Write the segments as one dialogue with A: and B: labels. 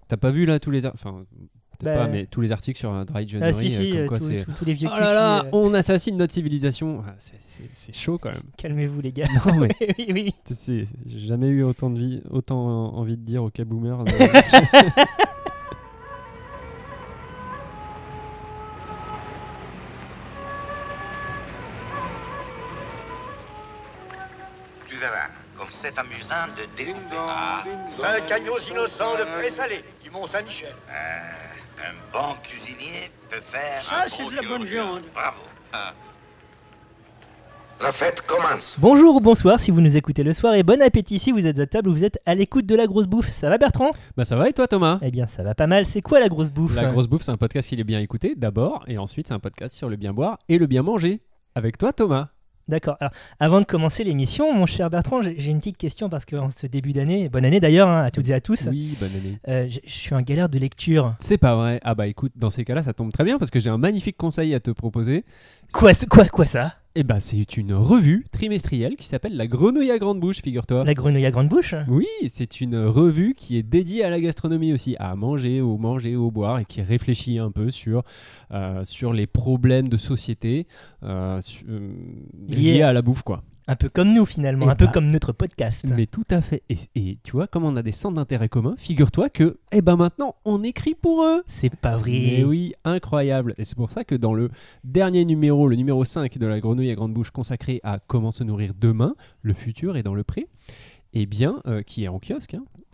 A: T'as pas vu là tous les... Enfin, peut-être
B: Bah,
A: pas, mais tous les articles sur Dry January,
B: si,
A: comme quoi
B: tous
A: c'est...
B: tous les vieux
A: Oh là là,
B: kikis,
A: on assassine notre civilisation. Ah, c'est chaud quand même.
B: calmez-vous les gars.
A: Non, mais
B: oui.
A: j'ai jamais eu autant envie de dire OK boomer.
C: Tu verras, comme c'est amusant de découper. Ah,
D: 5 agneaux innocents de Pré-Salé, du Mont-Saint-Michel.
C: un bon cuisinier peut faire
D: Ça,
C: un
D: c'est
C: bon
D: de la bonne
C: chirurgien.
D: viande.
C: Bravo. La fête commence.
B: Bonjour ou bonsoir si vous nous écoutez le soir et bon appétit si vous êtes à table ou vous êtes à l'écoute de La Grosse Bouffe. Ça va Bertrand ?
A: Bah ça va et toi Thomas?
B: Eh bien ça va pas mal. C'est quoi La Grosse Bouffe ?
A: La Grosse Bouffe, c'est un podcast qui est bien écouté d'abord, et ensuite c'est un podcast sur le bien boire et le bien manger. Avec toi Thomas.
B: D'accord. Alors, avant de commencer l'émission, mon cher Bertrand, j'ai une petite question parce qu'en ce début d'année, bonne année d'ailleurs à toutes et à tous,
A: Oui, bonne année.
B: je suis en galère de lecture.
A: C'est pas vrai. Ah bah écoute, dans ces cas-là, ça tombe très bien parce que j'ai un magnifique conseil à te proposer.
B: Quoi ça ?
A: Eh bah c'est une revue trimestrielle qui s'appelle La Grenouille à grande bouche, figure-toi.
B: La grenouille à grande bouche ?
A: Oui, c'est une revue qui est dédiée à la gastronomie aussi, à manger, au boire, et qui réfléchit un peu sur les problèmes de société liés à la bouffe, quoi.
B: Un peu comme nous finalement,
A: Eh
B: un peu
A: bah,
B: comme notre podcast.
A: Mais tout à fait. Et tu vois, comme on a des centres d'intérêt communs, figure-toi que maintenant, on écrit pour eux.
B: C'est pas vrai.
A: Mais oui, incroyable. Et c'est pour ça que dans le dernier numéro, le numéro 5 de La Grenouille à grande bouche, consacré à comment se nourrir demain, le futur est dans le pré, eh bien, qui est en kiosque,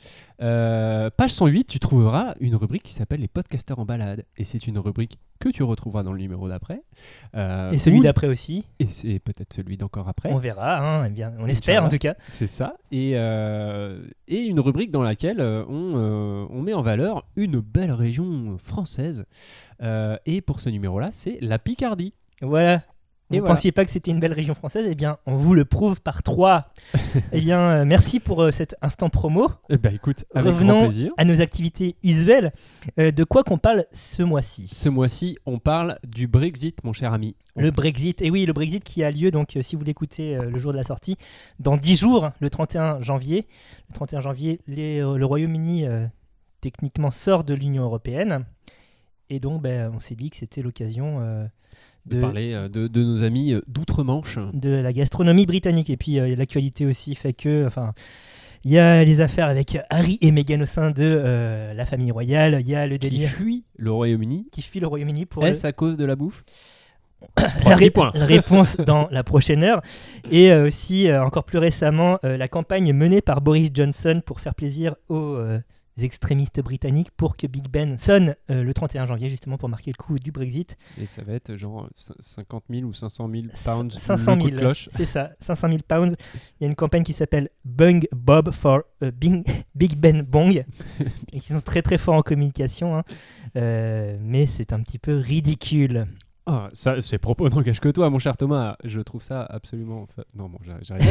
A: page 108, tu trouveras une rubrique qui s'appelle Les podcasteurs en balade. Et c'est une rubrique que tu retrouveras dans le numéro d'après.
B: Et celui d'après aussi.
A: Et c'est peut-être celui d'encore après.
B: On verra, hein, eh bien, on espère en tout cas.
A: C'est ça. Et une rubrique dans laquelle on met en valeur une belle région française. Et pour ce numéro-là, c'est la Picardie.
B: Voilà. Vous
A: Et
B: ne
A: voilà.
B: pensiez pas que c'était une belle région française ? Eh bien, on vous le prouve par 3. Eh bien, merci pour cet instant promo.
A: Eh ben écoute, avec grand
B: Revenons
A: plaisir.
B: à nos activités usuelles. De quoi qu'on parle ce mois-ci ?
A: Ce mois-ci, on parle du Brexit, mon cher ami.
B: Le Brexit. Et oui, le Brexit qui a lieu, donc si vous l'écoutez le jour de la sortie, dans 10 jours, le 31 janvier. Le 31 janvier, le Royaume-Uni techniquement sort de l'Union européenne. Et donc, on s'est dit que c'était l'occasion
A: de parler de nos amis d'outre-Manche.
B: de la gastronomie britannique. Et puis, l'actualité aussi fait que... Il y a les affaires avec Harry et Meghan au sein de la famille royale. Il y a le
A: Qui
B: délire
A: fuit le Royaume-Uni.
B: qui fuit le Royaume-Uni pour
A: Est-ce à cause de la bouffe?
B: la,
A: 3 petits points.
B: la réponse dans la prochaine heure. Et aussi, encore plus récemment, la campagne menée par Boris Johnson pour faire plaisir aux extrémistes britanniques pour que Big Ben sonne le 31 janvier, justement pour marquer le coup du Brexit.
A: Et ça va être genre 50 000 ou 500 000 pounds
B: 500
A: le coup
B: 000,
A: de cloche.
B: c'est ça, 500 000 pounds. Il y a une campagne qui s'appelle Bung Bob for Big Ben Bong, et qui sont très très forts en communication, hein. Mais c'est un petit peu ridicule.
A: Ah, ça, ces propos n'engagent que toi, mon cher Thomas. Je trouve ça absolument... Non, bon, j'arrive.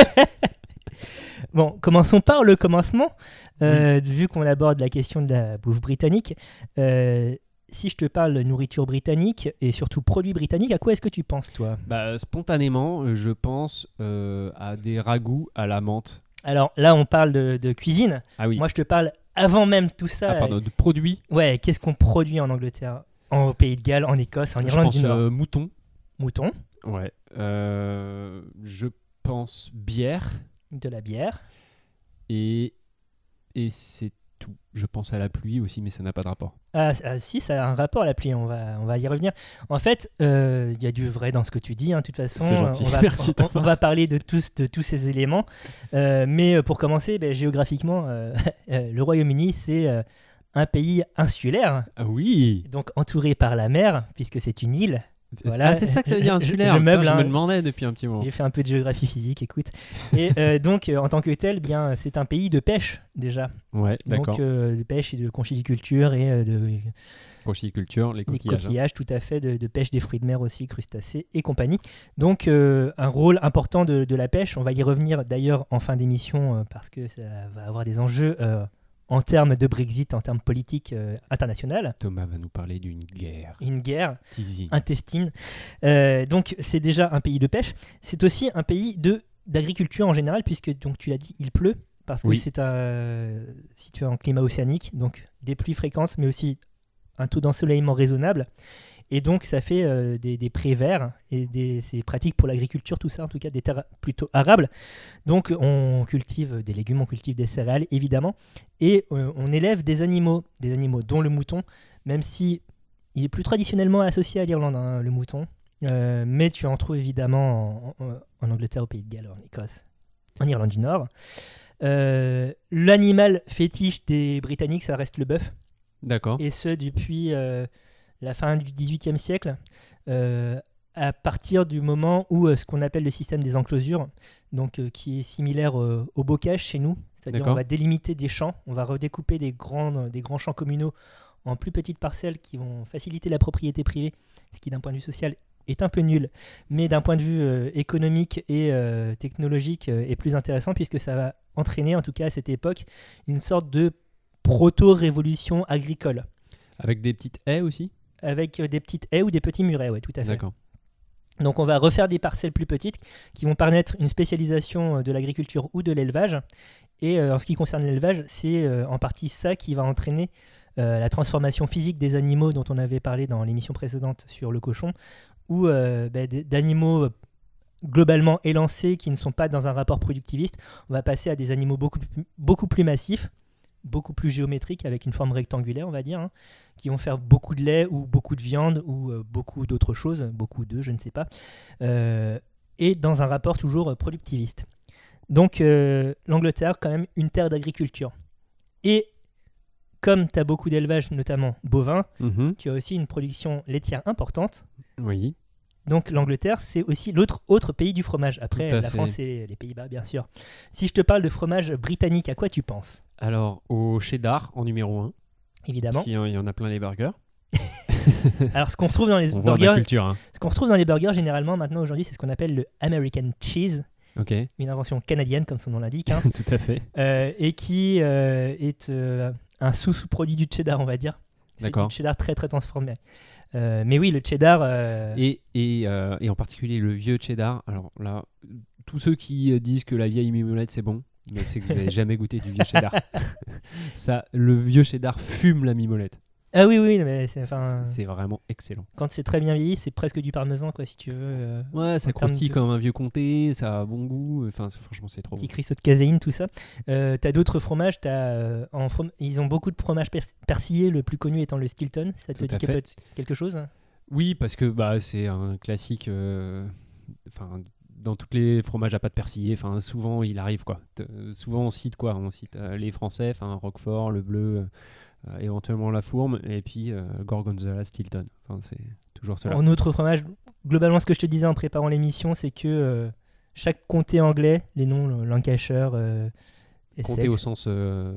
B: Bon, commençons par le commencement. Vu qu'on aborde la question de la bouffe britannique, si je te parle de nourriture britannique et surtout produits britanniques, à quoi est-ce que tu penses, toi ?
A: Spontanément, je pense à des ragoûts à la menthe.
B: Alors là, on parle de cuisine.
A: Ah oui.
B: Moi, je te parle avant même tout ça.
A: Ah, pardon, de produits.
B: Ouais, qu'est-ce qu'on produit en Angleterre, au Pays de Galles, en Écosse, en
A: Je
B: Irlande
A: pense
B: du Nord ?
A: mouton.
B: Mouton,
A: Ouais. Je pense bière.
B: de la bière.
A: Et c'est tout. Je pense à la pluie aussi, mais ça n'a pas de rapport.
B: Si, ça a un rapport à la pluie, on va y revenir. En fait, il y a du vrai dans ce que tu dis, hein, de toute façon.
A: C'est gentil.
B: On va,
A: Merci, Thomas.
B: on va parler de tous ces éléments. Mais pour commencer, géographiquement, le Royaume-Uni, c'est un pays insulaire,
A: Ah oui.
B: donc entouré par la mer, puisque c'est une île. Voilà.
A: Ah, c'est ça que ça veut dire insulaire.
B: Je meuble,
A: Putain,
B: hein.
A: je me demandais depuis un petit moment.
B: J'ai fait un peu de géographie physique, écoute. Et donc, en tant que tel, bien, c'est un pays de pêche, déjà.
A: Ouais, d'accord.
B: Donc, de pêche et de conchyliculture et de
A: Conchyliculture, les
B: les
A: coquillages.
B: coquillages, tout à fait, de pêche des fruits de mer aussi, crustacés et compagnie. Donc, un rôle important de la pêche. On va y revenir d'ailleurs en fin d'émission parce que ça va avoir des enjeux en termes de Brexit, en termes politiques internationaux.
A: Thomas va nous parler d'une guerre.
B: Une guerre
A: Teasing.
B: intestine. Donc, c'est déjà un pays de pêche. C'est aussi un pays d'agriculture en général, puisque, donc, tu l'as dit, il pleut. parce que
A: Oui.
B: c'est situé en climat océanique, donc des pluies fréquentes, mais aussi un taux d'ensoleillement raisonnable. Et donc, ça fait des prés verts et c'est pratique pour l'agriculture, tout ça, en tout cas des terres plutôt arables. Donc, on cultive des légumes, on cultive des céréales, évidemment. Et on élève des animaux dont le mouton, même si il est plus traditionnellement associé à l'Irlande, hein, le mouton. Mais tu en trouves évidemment en Angleterre, au Pays de Galles, en Écosse, en Irlande du Nord. L'animal fétiche des Britanniques, ça reste le bœuf.
A: D'accord.
B: Et ce, depuis la fin du XVIIIe siècle, à partir du moment où ce qu'on appelle le système des enclosures, donc qui est similaire au bocage chez nous, c'est-à-dire
A: D'accord.
B: on va délimiter des champs, on va redécouper des grands champs communaux en plus petites parcelles qui vont faciliter la propriété privée, ce qui d'un point de vue social est un peu nul, mais d'un point de vue économique et technologique est plus intéressant puisque ça va entraîner, en tout cas à cette époque, une sorte de proto-révolution agricole.
A: Avec des petites haies aussi.
B: Avec des petites haies ou des petits murets, ouais, tout à fait.
A: D'accord.
B: Donc on va refaire des parcelles plus petites qui vont permettre une spécialisation de l'agriculture ou de l'élevage. Et en ce qui concerne l'élevage, c'est en partie ça qui va entraîner la transformation physique des animaux dont on avait parlé dans l'émission précédente sur le cochon, ou d'animaux globalement élancés qui ne sont pas dans un rapport productiviste. On va passer à des animaux beaucoup plus massifs, beaucoup plus géométriques, avec une forme rectangulaire, on va dire, hein, qui vont faire beaucoup de lait ou beaucoup de viande ou beaucoup d'autres choses, beaucoup d'œufs, je ne sais pas, et dans un rapport toujours productiviste. Donc l'Angleterre, quand même, une terre d'agriculture. Et comme tu as beaucoup d'élevage, notamment bovin, tu as aussi une production laitière importante.
A: Oui.
B: Donc l'Angleterre, c'est aussi autre pays du fromage, après
A: Tout à
B: la
A: fait.
B: France et les Pays-Bas, bien sûr. Si je te parle de fromage britannique, à quoi tu penses ?
A: Alors, au cheddar en numéro 1.
B: Évidemment.
A: Parce qu'il y en a plein les burgers.
B: Alors ce qu'on retrouve dans les
A: On voit de la
B: burgers,
A: culture. Hein.
B: ce qu'on retrouve dans les burgers généralement maintenant aujourd'hui, c'est ce qu'on appelle le American cheese,
A: Ok.
B: une invention canadienne comme son nom l'indique, hein,
A: Tout à fait.
B: et qui est un sous-produit du cheddar, on va dire. C'est
A: D'accord.
B: du cheddar très très transformé. Mais oui, le cheddar.
A: Et en particulier le vieux cheddar. Alors là, tous ceux qui disent que la vieille mimolette c'est bon, mais c'est que vous n'avez jamais goûté du vieux cheddar. Ça, le vieux cheddar fume la mimolette.
B: Ah oui, oui, mais
A: C'est vraiment excellent.
B: quand c'est très bien vieilli, c'est presque du parmesan, quoi, si tu veux.
A: Ouais, ça
B: en termes
A: croustille
B: de-
A: comme un vieux comté, ça a bon goût. Enfin, franchement, c'est trop
B: Petit
A: bon.
B: cristaux de caséine, tout ça. T'as d'autres fromages. Ils ont beaucoup de fromages persillés, le plus connu étant le Stilton. Ça te
A: Tout à
B: dit
A: fait.
B: quelque chose ?
A: Oui, parce que c'est un classique. Enfin, dans tous les fromages à pâte persillée, enfin, souvent il arrive quoi. Souvent on cite quoi ? On cite les Français, enfin Roquefort, le bleu, éventuellement la Fourme, et puis Gorgonzola, Stilton. Enfin, c'est toujours cela.
B: En autre fromage, globalement, ce que je te disais en préparant l'émission, c'est que chaque comté anglais, les noms Lancashire,
A: Compté
B: Essex,
A: au sens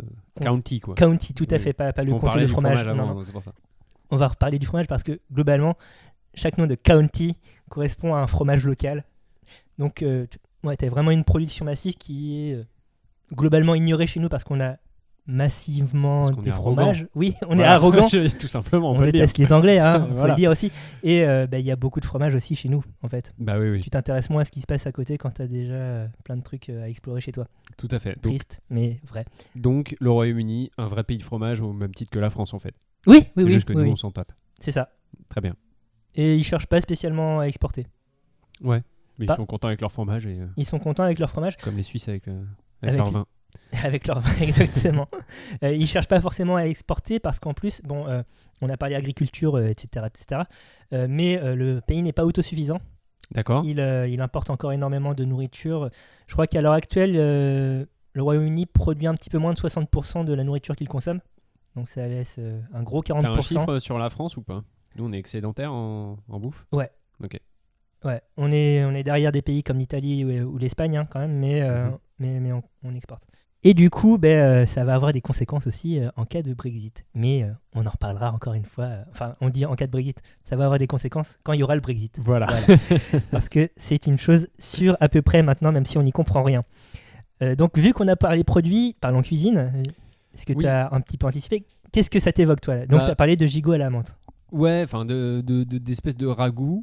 A: county quoi.
B: County, tout à
A: Oui.
B: fait, pas le
A: On
B: comté
A: parlait
B: de
A: du
B: fromage.
A: avant,
B: Non, non.
A: c'est pour ça.
B: On va reparler du fromage parce que globalement, chaque nom de county correspond à un fromage local. Donc, tu as vraiment une production massive qui est globalement ignorée chez nous parce qu'on a massivement
A: Parce qu'on
B: des
A: est arrogant.
B: fromages. Oui, on est
A: Voilà.
B: arrogant.
A: Tout simplement, on,
B: On
A: peut le dire.
B: déteste les Anglais, hein, faut
A: Voilà.
B: le dire aussi. Et il y a beaucoup de fromages aussi chez nous, en fait.
A: Bah oui, oui,
B: Tu t'intéresses moins à ce qui se passe à côté quand tu as déjà plein de trucs à explorer chez toi.
A: tout à fait. Donc,
B: Triste, mais vrai.
A: donc, le Royaume-Uni, un vrai pays de fromage au même titre que la France en fait.
B: Oui,
A: C'est
B: oui,
A: juste que
B: oui,
A: nous
B: oui.
A: on s'en tape.
B: C'est ça.
A: Très bien.
B: Et ils cherchent pas spécialement à exporter.
A: Ouais. Mais
B: Bah.
A: ils sont contents avec leur fromage et
B: Ils sont contents avec leur fromage.
A: comme les Suisses avec
B: Avec
A: leur vin.
B: Avec leur exactement. Ils cherchent pas forcément à exporter parce qu'en plus, on a parlé agriculture, etc., etc. Mais le pays n'est pas autosuffisant.
A: D'accord.
B: Il importe encore énormément de nourriture. Je crois qu'à l'heure actuelle, le Royaume-Uni produit un petit peu moins de 60% de la nourriture qu'il consomme. Donc ça laisse un gros 40%.
A: T'as un chiffre sur la France ou pas ? Nous on est excédentaire en bouffe.
B: Ouais.
A: Ok.
B: Ouais, on est derrière des pays comme l'Italie ou l'Espagne hein, quand même, mais on exporte. Et du coup, ça va avoir des conséquences aussi en cas de Brexit. Mais on en reparlera encore une fois. Enfin, on dit en cas de Brexit, ça va avoir des conséquences quand il y aura le Brexit.
A: Voilà.
B: Parce que c'est une chose sûre à peu près maintenant, même si on n'y comprend rien. Donc, vu qu'on a parlé produits, parlons cuisine. Est-ce que
A: Oui.
B: tu as un petit peu anticipé ? Qu'est-ce que ça t'évoque, toi là ? Donc, tu as parlé de gigot à la menthe.
A: Ouais, enfin d'espèces de ragoût,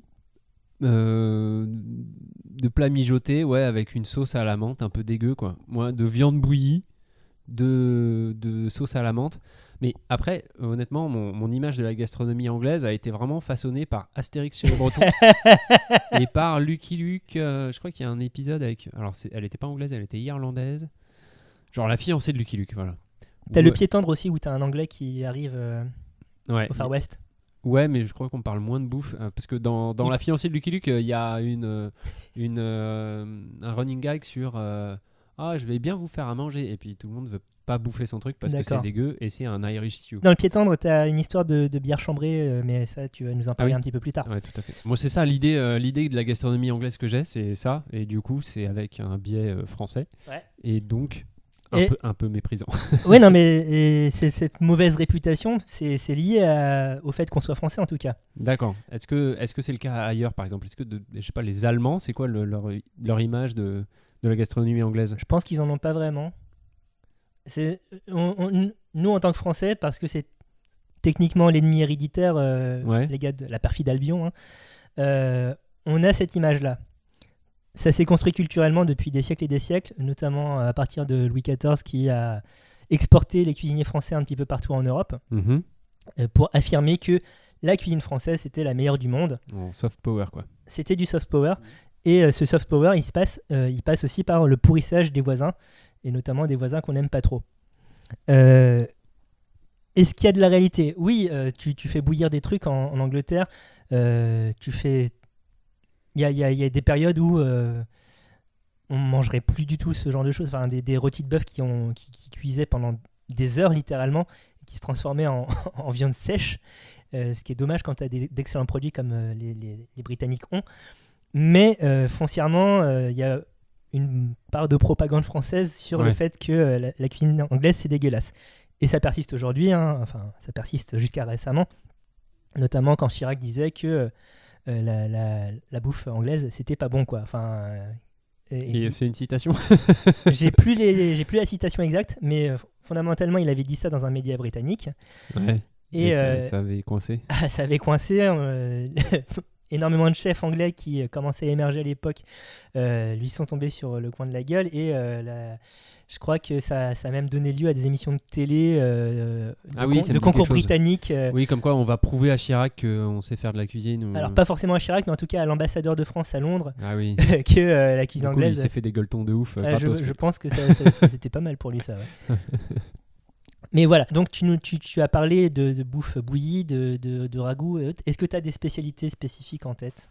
A: de plats mijotés, ouais, avec une sauce à la menthe un peu dégueu quoi. Moi, de viande bouillie, de sauce à la menthe. Mais après, honnêtement, mon image de la gastronomie anglaise a été vraiment façonnée par Astérix chez les Bretons et par Lucky Luke. Je crois qu'il y a un épisode avec. Alors, elle n'était pas anglaise, elle était irlandaise. Genre la fiancée de Lucky Luke, voilà.
B: T'as le pied tendre aussi où t'as un anglais qui arrive
A: ouais,
B: au Far West.
A: Ouais, mais je crois qu'on parle moins de bouffe parce que dans la fiancée de Lucky Luke, il y a un running gag sur je vais bien vous faire à manger et puis tout le monde veut pas bouffer son truc parce que c'est dégueu et c'est un Irish stew.
B: Dans le pied tendre, t'as une histoire de bière chambrée, mais ça tu vas nous en parler un petit peu plus tard.
A: Ouais, tout à fait. Moi, c'est ça l'idée de la gastronomie anglaise que j'ai, c'est ça, et du coup, c'est avec un biais français, et donc un peu méprisant.
B: Oui, non, mais c'est cette mauvaise réputation, c'est lié au fait qu'on soit français en tout cas.
A: D'accord. Est-ce que c'est le cas ailleurs, par exemple? Est-ce que je sais pas, les Allemands, c'est quoi leur image de la gastronomie anglaise?
B: Je pense qu'ils en ont pas vraiment. Nous, en tant que Français, parce que c'est techniquement l'ennemi héréditaire, les gars de la perfide Albion, on a cette image-là. Ça s'est construit culturellement depuis des siècles et des siècles, notamment à partir de Louis XIV qui a exporté les cuisiniers français un petit peu partout en Europe pour affirmer que la cuisine française c'était la meilleure du monde.
A: Soft power, quoi. C'était
B: du soft power. Et ce soft power, il passe aussi par le pourrissage des voisins, et notamment des voisins qu'on n'aime pas trop. Est-ce qu'il y a de la réalité? Oui, tu fais bouillir des trucs en Angleterre. Il y a des périodes où on mangerait plus du tout ce genre de choses. Enfin, des rôtis de bœuf qui cuisaient pendant des heures littéralement, et qui se transformaient en viande sèche. Ce qui est dommage quand tu as d'excellents produits comme les Britanniques ont. Mais foncièrement, il y a une part de propagande française sur le fait que la cuisine anglaise, c'est dégueulasse. Et ça persiste aujourd'hui, ça persiste jusqu'à récemment, notamment quand Chirac disait que la bouffe anglaise, c'était pas bon, quoi.
A: Et c'est une citation.
B: J'ai plus la citation exacte, mais fondamentalement, il avait dit ça dans un média britannique.
A: Ouais. Et ça avait coincé.
B: Ça avait coincé. Énormément de chefs anglais qui commençaient à émerger à l'époque lui sont tombés sur le coin de la gueule, et je crois que ça a même donné lieu à des émissions de télé de concours britanniques.
A: Oui, comme quoi on va prouver à Chirac qu'on sait faire de la cuisine.
B: Alors pas forcément à Chirac, mais en tout cas à l'ambassadeur de France à Londres,
A: que
B: la cuisine anglaise...
A: Il s'est fait des gueuletons de ouf.
B: Je pense que c'était pas mal pour lui, ça. Ouais. Mais voilà, donc tu as parlé de bouffe bouillie, de ragoût. Est-ce que tu as des spécialités spécifiques en tête?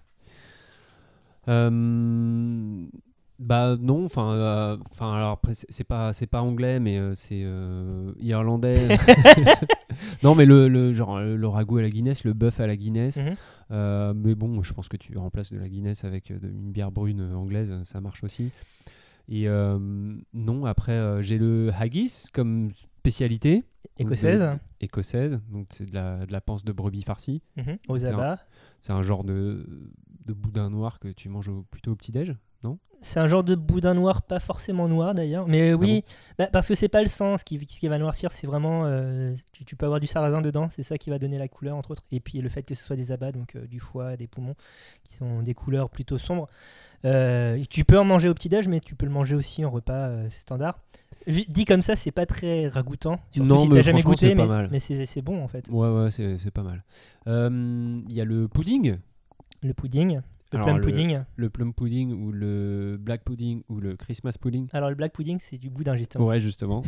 A: Bah non, alors après, c'est pas anglais, mais c'est irlandais. Non, mais le ragoût à la Guinness, le bœuf à la Guinness. Mais bon, je pense que tu remplaces de la Guinness avec une bière brune anglaise, ça marche aussi. Et non, après j'ai le haggis comme spécialité
B: écossaise.
A: Donc c'est de la panse de brebis farcie.
B: Aux abats.
A: C'est un genre de boudin noir que tu manges plutôt au petit-déj, non?
B: C'est un genre de boudin noir, pas forcément noir d'ailleurs, mais oui, parce que c'est pas le sang, ce qui va noircir, c'est vraiment tu peux avoir du sarrasin dedans, c'est ça qui va donner la couleur entre autres, et puis le fait que ce soit des abats, donc du foie, des poumons, qui sont des couleurs plutôt sombres. Tu peux en manger au petit-déj, mais tu peux le manger aussi en repas standard. Dit comme ça, c'est pas très ragoûtant, surtout
A: non,
B: si
A: mais
B: t'as jamais goûté,
A: mais
B: c'est bon en fait.
A: Ouais, c'est pas mal. Il y a le pudding.
B: Le pudding. Plum pudding.
A: Le plum pudding ou le black pudding ou le Christmas pudding.
B: Alors le black pudding, c'est du boudin justement.
A: Ouais, justement.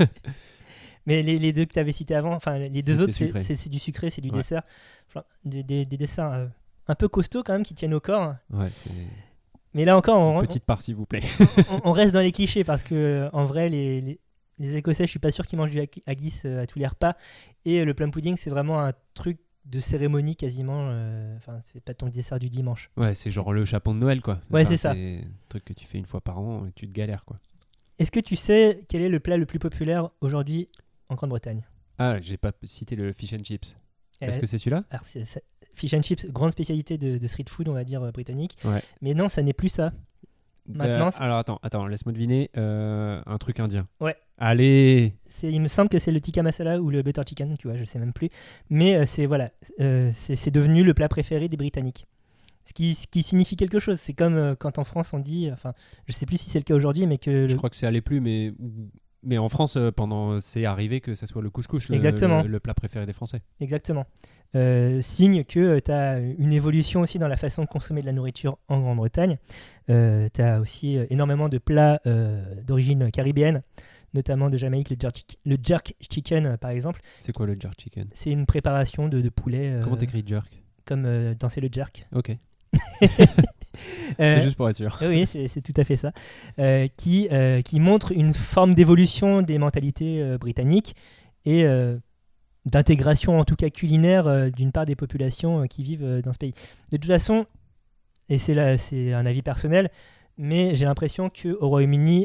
B: Mais les deux que tu avais cités avant, les deux autres,
A: sucré.
B: c'est du sucré, c'est du dessert. Des desserts un peu costauds quand même qui tiennent au corps.
A: Ouais,
B: mais là encore,
A: petite part s'il vous plaît.
B: on reste dans les clichés parce que en vrai, les Écossais, je suis pas sûr qu'ils mangent du haggis à tous les repas. Et le plum pudding, c'est vraiment un truc de cérémonie quasiment. C'est pas ton dessert du dimanche.
A: Ouais, c'est genre le chapon de Noël, quoi.
B: Ouais, c'est ça.
A: C'est un truc que tu fais une fois par an et tu te galères, quoi.
B: Est-ce que tu sais quel est le plat le plus populaire aujourd'hui en Grande-Bretagne?
A: Ah, j'ai pas cité le fish and chips. Est-ce que c'est celui-là?
B: Alors, fish and chips, grande spécialité de street food, on va dire, britannique.
A: Ouais.
B: Mais non, ça n'est plus ça. Maintenant,
A: alors attends, laisse-moi deviner. Un truc indien.
B: Ouais.
A: Allez.
B: Il me semble que c'est le tikka masala ou le butter chicken, tu vois, je sais même plus. Mais c'est devenu le plat préféré des Britanniques. Ce qui signifie quelque chose. C'est comme quand en France on dit, je sais plus si c'est le cas aujourd'hui, mais que...
A: Je crois que c'est allé plus, mais Mais en France, c'est arrivé que ça soit le couscous,
B: Exactement.
A: le plat préféré des Français.
B: Exactement. Signe que tu as une évolution aussi dans la façon de consommer de la nourriture en Grande-Bretagne. Tu as aussi énormément de plats d'origine caribéenne, notamment de Jamaïque, le jerk chicken par exemple.
A: C'est quoi le jerk chicken?
B: C'est une préparation de poulet.
A: Comment t'écris jerk?
B: Comme danser le jerk.
A: Ok. C'est juste pour être sûr.
B: Oui, c'est tout à fait ça. Qui montre une forme d'évolution des mentalités britanniques et d'intégration, en tout cas culinaire, d'une part des populations qui vivent dans ce pays. De toute façon, et c'est un avis personnel, mais j'ai l'impression qu'au Royaume-Uni,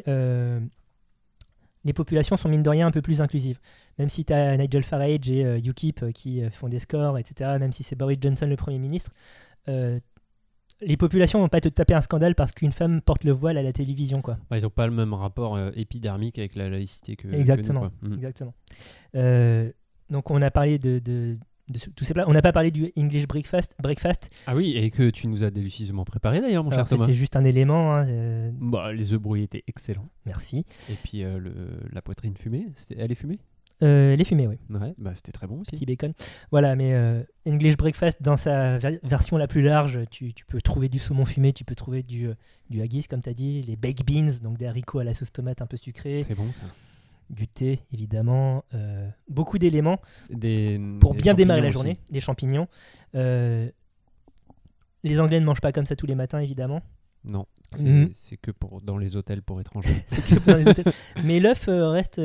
B: les populations sont mine de rien un peu plus inclusives. Même si tu as Nigel Farage et UKIP qui font des scores, etc., même si c'est Boris Johnson le Premier ministre, les populations vont pas te taper un scandale parce qu'une femme porte le voile à la télévision, quoi.
A: Ils n'ont pas le même rapport épidermique avec la laïcité que
B: Exactement.
A: Que nous, quoi.
B: Exactement. Donc on a parlé de tous ces plats. On n'a pas parlé du English breakfast.
A: Ah oui, et que tu nous as délicieusement préparé d'ailleurs, mon cher
B: Alors,
A: Thomas.
B: c'était juste un élément. Hein,
A: Les œufs brouillés étaient excellents.
B: Merci.
A: Et puis la poitrine fumée, elle est fumée?
B: Les fumées, oui.
A: Ouais, c'était très bon aussi.
B: Petit bacon. Voilà, mais English breakfast, dans sa version la plus large, tu peux trouver du saumon fumé, tu peux trouver du haggis, comme tu as dit, les baked beans, donc des haricots à la sauce tomate un peu sucrée.
A: C'est bon ça.
B: Du thé, évidemment. Beaucoup d'éléments pour
A: des
B: bien démarrer la
A: champignons
B: journée.
A: aussi.
B: Des champignons. Les Anglais ne mangent pas comme ça tous les matins, évidemment.
A: Non,
B: Mhm.
A: c'est que dans les hôtels pour étrangers.
B: C'est que dans les hôtels. Mais l'œuf reste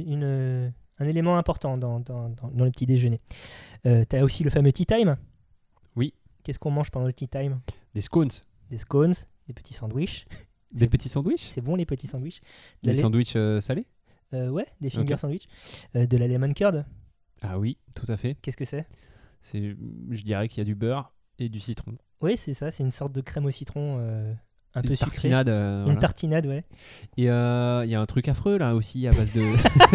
B: un élément important dans le petit déjeuner. Tu as aussi le fameux tea time.
A: Oui.
B: Qu'est-ce qu'on mange pendant le tea time?
A: Des scones.
B: Des scones, des petits sandwichs.
A: Des petits sandwichs.
B: C'est bon, les petits sandwichs.
A: Des sandwichs salés.
B: Ouais, des finger
A: Ok.
B: sandwich. De la lemon curd.
A: Ah oui, tout à fait.
B: Qu'est-ce que c'est?
A: Je dirais qu'il y a du beurre et du citron.
B: Oui, c'est ça. C'est une sorte de crème au citron un
A: Une
B: peu sucrée.
A: tartinade.
B: Une
A: Voilà.
B: tartinade, ouais.
A: Et il y a un truc affreux là aussi à base de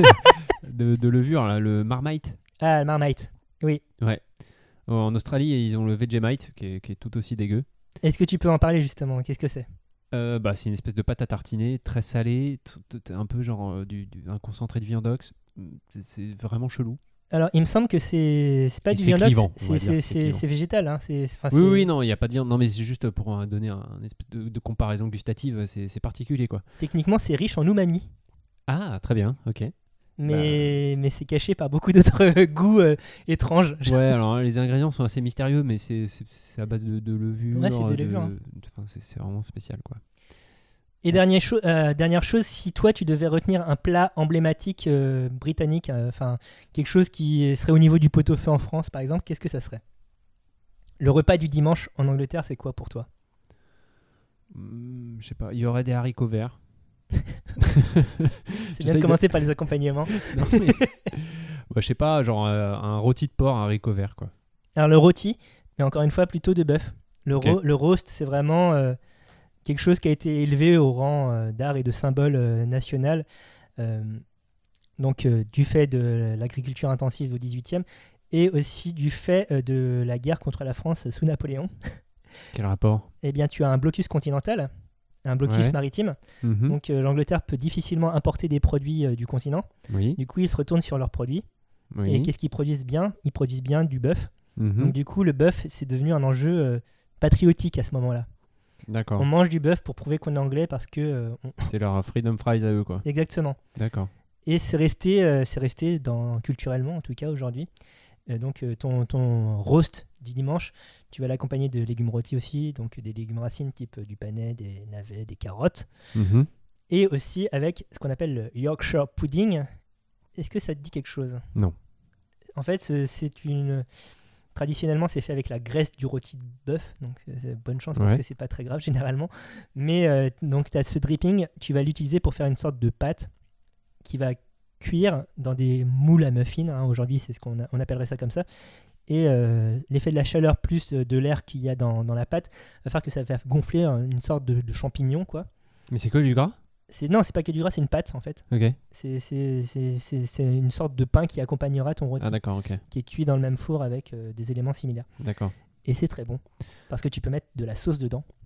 A: de levure, là, le Marmite.
B: Ah, le Marmite. Oui.
A: Ouais. En Australie, ils ont le Vegemite qui est tout aussi dégueu.
B: Est-ce que tu peux en parler justement? Qu'est-ce que c'est?
A: C'est une espèce de pâte à tartiner, très salée, un peu genre un concentré de viandox. C'est vraiment chelou.
B: Alors, il me semble que c'est pas
A: Et
B: du
A: c'est
B: viandox,
A: clivant, on va dire, c'est clivant.
B: c'est végétal. Hein.
A: Oui, non, il n'y a pas de viande. Non, mais c'est juste pour donner un espèce de comparaison gustative, c'est particulier, quoi.
B: Techniquement, c'est riche en umami,
A: Ah, très bien, ok.
B: mais c'est caché par beaucoup d'autres goûts étranges.
A: Ouais, alors les ingrédients sont assez mystérieux, mais c'est à base de levure.
B: Ouais, c'est des levures, hein.
A: Enfin, c'est vraiment spécial, quoi.
B: Et dernière chose, si toi tu devais retenir un plat emblématique britannique, enfin quelque chose qui serait au niveau du pot-au-feu en France par exemple, qu'est-ce que ça serait? Le repas du dimanche en Angleterre, c'est quoi pour toi?
A: Je sais pas, il y aurait des haricots verts.
B: C'est bien de commencer par les accompagnements.
A: Non, mais... je sais pas, genre un rôti de porc, haricots verts, quoi.
B: Alors le rôti, mais encore une fois plutôt de bœuf.
A: Ok.
B: Le roast, c'est vraiment quelque chose qui a été élevé au rang d'art et de symbole national. Donc du fait de l'agriculture intensive au XVIIIe et aussi du fait de la guerre contre la France sous Napoléon.
A: Quel rapport?
B: Eh bien, tu as un blocus continental, un blocus
A: Ouais.
B: maritime.
A: Mhm.
B: Donc l'Angleterre peut difficilement importer des produits du continent.
A: Oui.
B: Du coup, ils se retournent sur leurs produits.
A: Oui.
B: Et qu'est-ce qu'ils produisent bien? Ils produisent bien du bœuf.
A: Mhm.
B: Donc du coup, le bœuf, c'est devenu un enjeu patriotique à ce moment-là.
A: D'accord.
B: On mange du bœuf pour prouver qu'on est anglais parce que...
A: C'est leur freedom fries à eux, quoi.
B: Exactement.
A: D'accord.
B: Et c'est resté culturellement, en tout cas aujourd'hui. Donc ton roast du dimanche, tu vas l'accompagner de légumes rôtis aussi, donc des légumes racines type du panais, des navets, des carottes.
A: Mhm.
B: Et aussi avec ce qu'on appelle le Yorkshire pudding. Est-ce que ça te dit quelque chose?
A: Non.
B: En fait, traditionnellement, c'est fait avec la graisse du rôti de bœuf, donc c'est bonne chance parce
A: Ouais.
B: que c'est pas très grave généralement. Mais donc tu as ce dripping, tu vas l'utiliser pour faire une sorte de pâte qui va cuire dans des moules à muffins. Hein. Aujourd'hui, c'est ce on appellerait ça comme ça. Et l'effet de la chaleur plus de l'air qu'il y a dans la pâte va faire que ça va gonfler une sorte de champignon, quoi.
A: Mais c'est quoi du gras?
B: Non, c'est pas que du gras, c'est une pâte en fait.
A: Ok.
B: C'est une sorte de pain qui accompagnera ton rôti,
A: Ah d'accord, ok.
B: qui est cuit dans le même four avec des éléments similaires.
A: D'accord.
B: Et c'est très bon parce que tu peux mettre de la sauce dedans.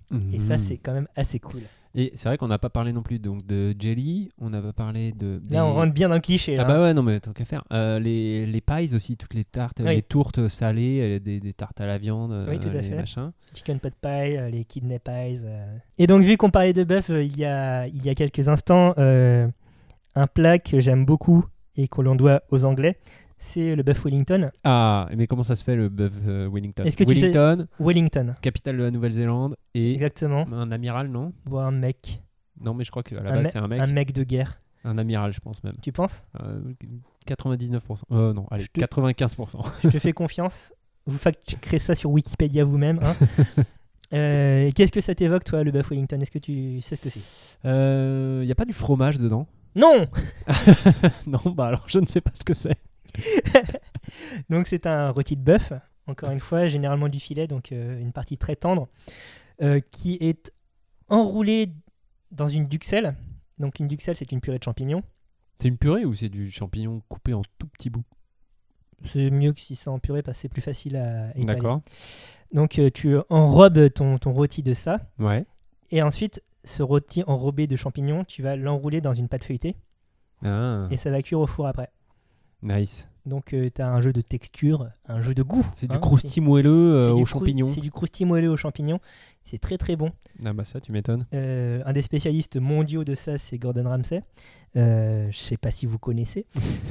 B: Et ça, c'est quand même assez cool.
A: Et c'est vrai qu'on n'a pas parlé non plus donc, de jelly, on n'a pas parlé de...
B: Là, on rentre bien dans le cliché.
A: Ah
B: là.
A: bah ouais, non mais tant qu'à faire. Les pies aussi, toutes les tartes,
B: Oui.
A: les tourtes salées, des tartes à la viande,
B: Oui, tout à
A: les
B: fait.
A: machins.
B: Chicken pot pie, les kidney pies. Et donc, vu qu'on parlait de bœuf il y a quelques instants, un plat que j'aime beaucoup et que l'on doit aux Anglais, c'est le bœuf Wellington.
A: Ah, mais comment ça se fait le bœuf Wellington?
B: Est-ce que tu sais-
A: Wellington,
B: Wellington,
A: capitale de la Nouvelle-Zélande, et
B: exactement.
A: un amiral, non?
B: Ou un mec.
A: Non, mais je crois qu'à la base, c'est un mec.
B: Un mec de guerre.
A: Un amiral, je pense même.
B: Tu penses?
A: 99%. Non, allez,
B: Je te-
A: 95%.
B: Je te fais confiance. Vous fact-checkerez ça sur Wikipédia vous-même. Hein. Qu'est-ce que ça t'évoque, toi, le bœuf Wellington? Est-ce que tu sais ce que c'est?
A: Il n'y a pas du fromage dedans?
B: Non.
A: Non, bah alors je ne sais pas ce que c'est.
B: Donc, c'est un rôti de bœuf, encore une fois, généralement du filet, donc une partie très tendre, qui est enroulée dans une duxelle. Donc, une duxelle, c'est une purée de champignons.
A: C'est une purée ou c'est du champignon coupé en tout petits bouts?
B: C'est mieux que si c'est en purée parce que c'est plus facile à étaler.
A: D'accord.
B: Donc, tu enrobes ton rôti de ça.
A: Ouais.
B: Et ensuite, ce rôti enrobé de champignons, tu vas l'enrouler dans une pâte feuilletée
A: Ah,
B: et ça va cuire au four après.
A: nice.
B: Donc, tu as un jeu de texture, un jeu de goût.
A: C'est du
B: hein.
A: croustillant moelleux
B: C'est du
A: aux champignons.
B: C'est du croustillant moelleux aux champignons. C'est très très bon.
A: Ah bah ça, tu m'étonnes.
B: Un des spécialistes mondiaux de ça, c'est Gordon Ramsay. Je sais pas si vous connaissez.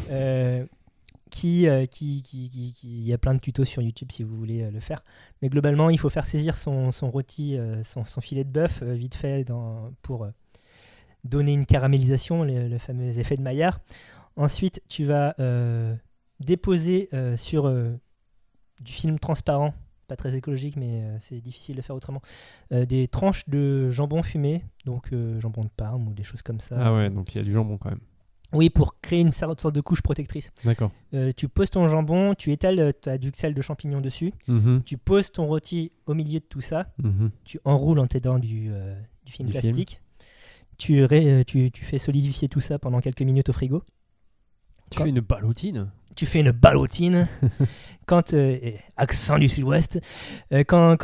B: Il y a plein de tutos sur YouTube si vous voulez le faire. Mais globalement, il faut faire saisir son rôti, son filet de bœuf vite fait pour donner une caramélisation, le fameux effet de Maillard. Ensuite, tu vas déposer sur du film transparent, pas très écologique, mais c'est difficile de faire autrement, des tranches de jambon fumé, donc jambon de Parme ou des choses comme ça.
A: Ah ouais, donc il y a du jambon quand même.
B: Oui, pour créer une sorte de couche protectrice.
A: D'accord.
B: Tu poses ton jambon, tu étales ta duxelle de champignons dessus, tu poses ton rôti au milieu de tout ça, tu enroules en t'aidant du film
A: Du
B: plastique, tu fais solidifier tout ça pendant quelques minutes au frigo.
A: Tu fais une ballotine?
B: Tu fais une ballotine quand accent du sud-ouest quand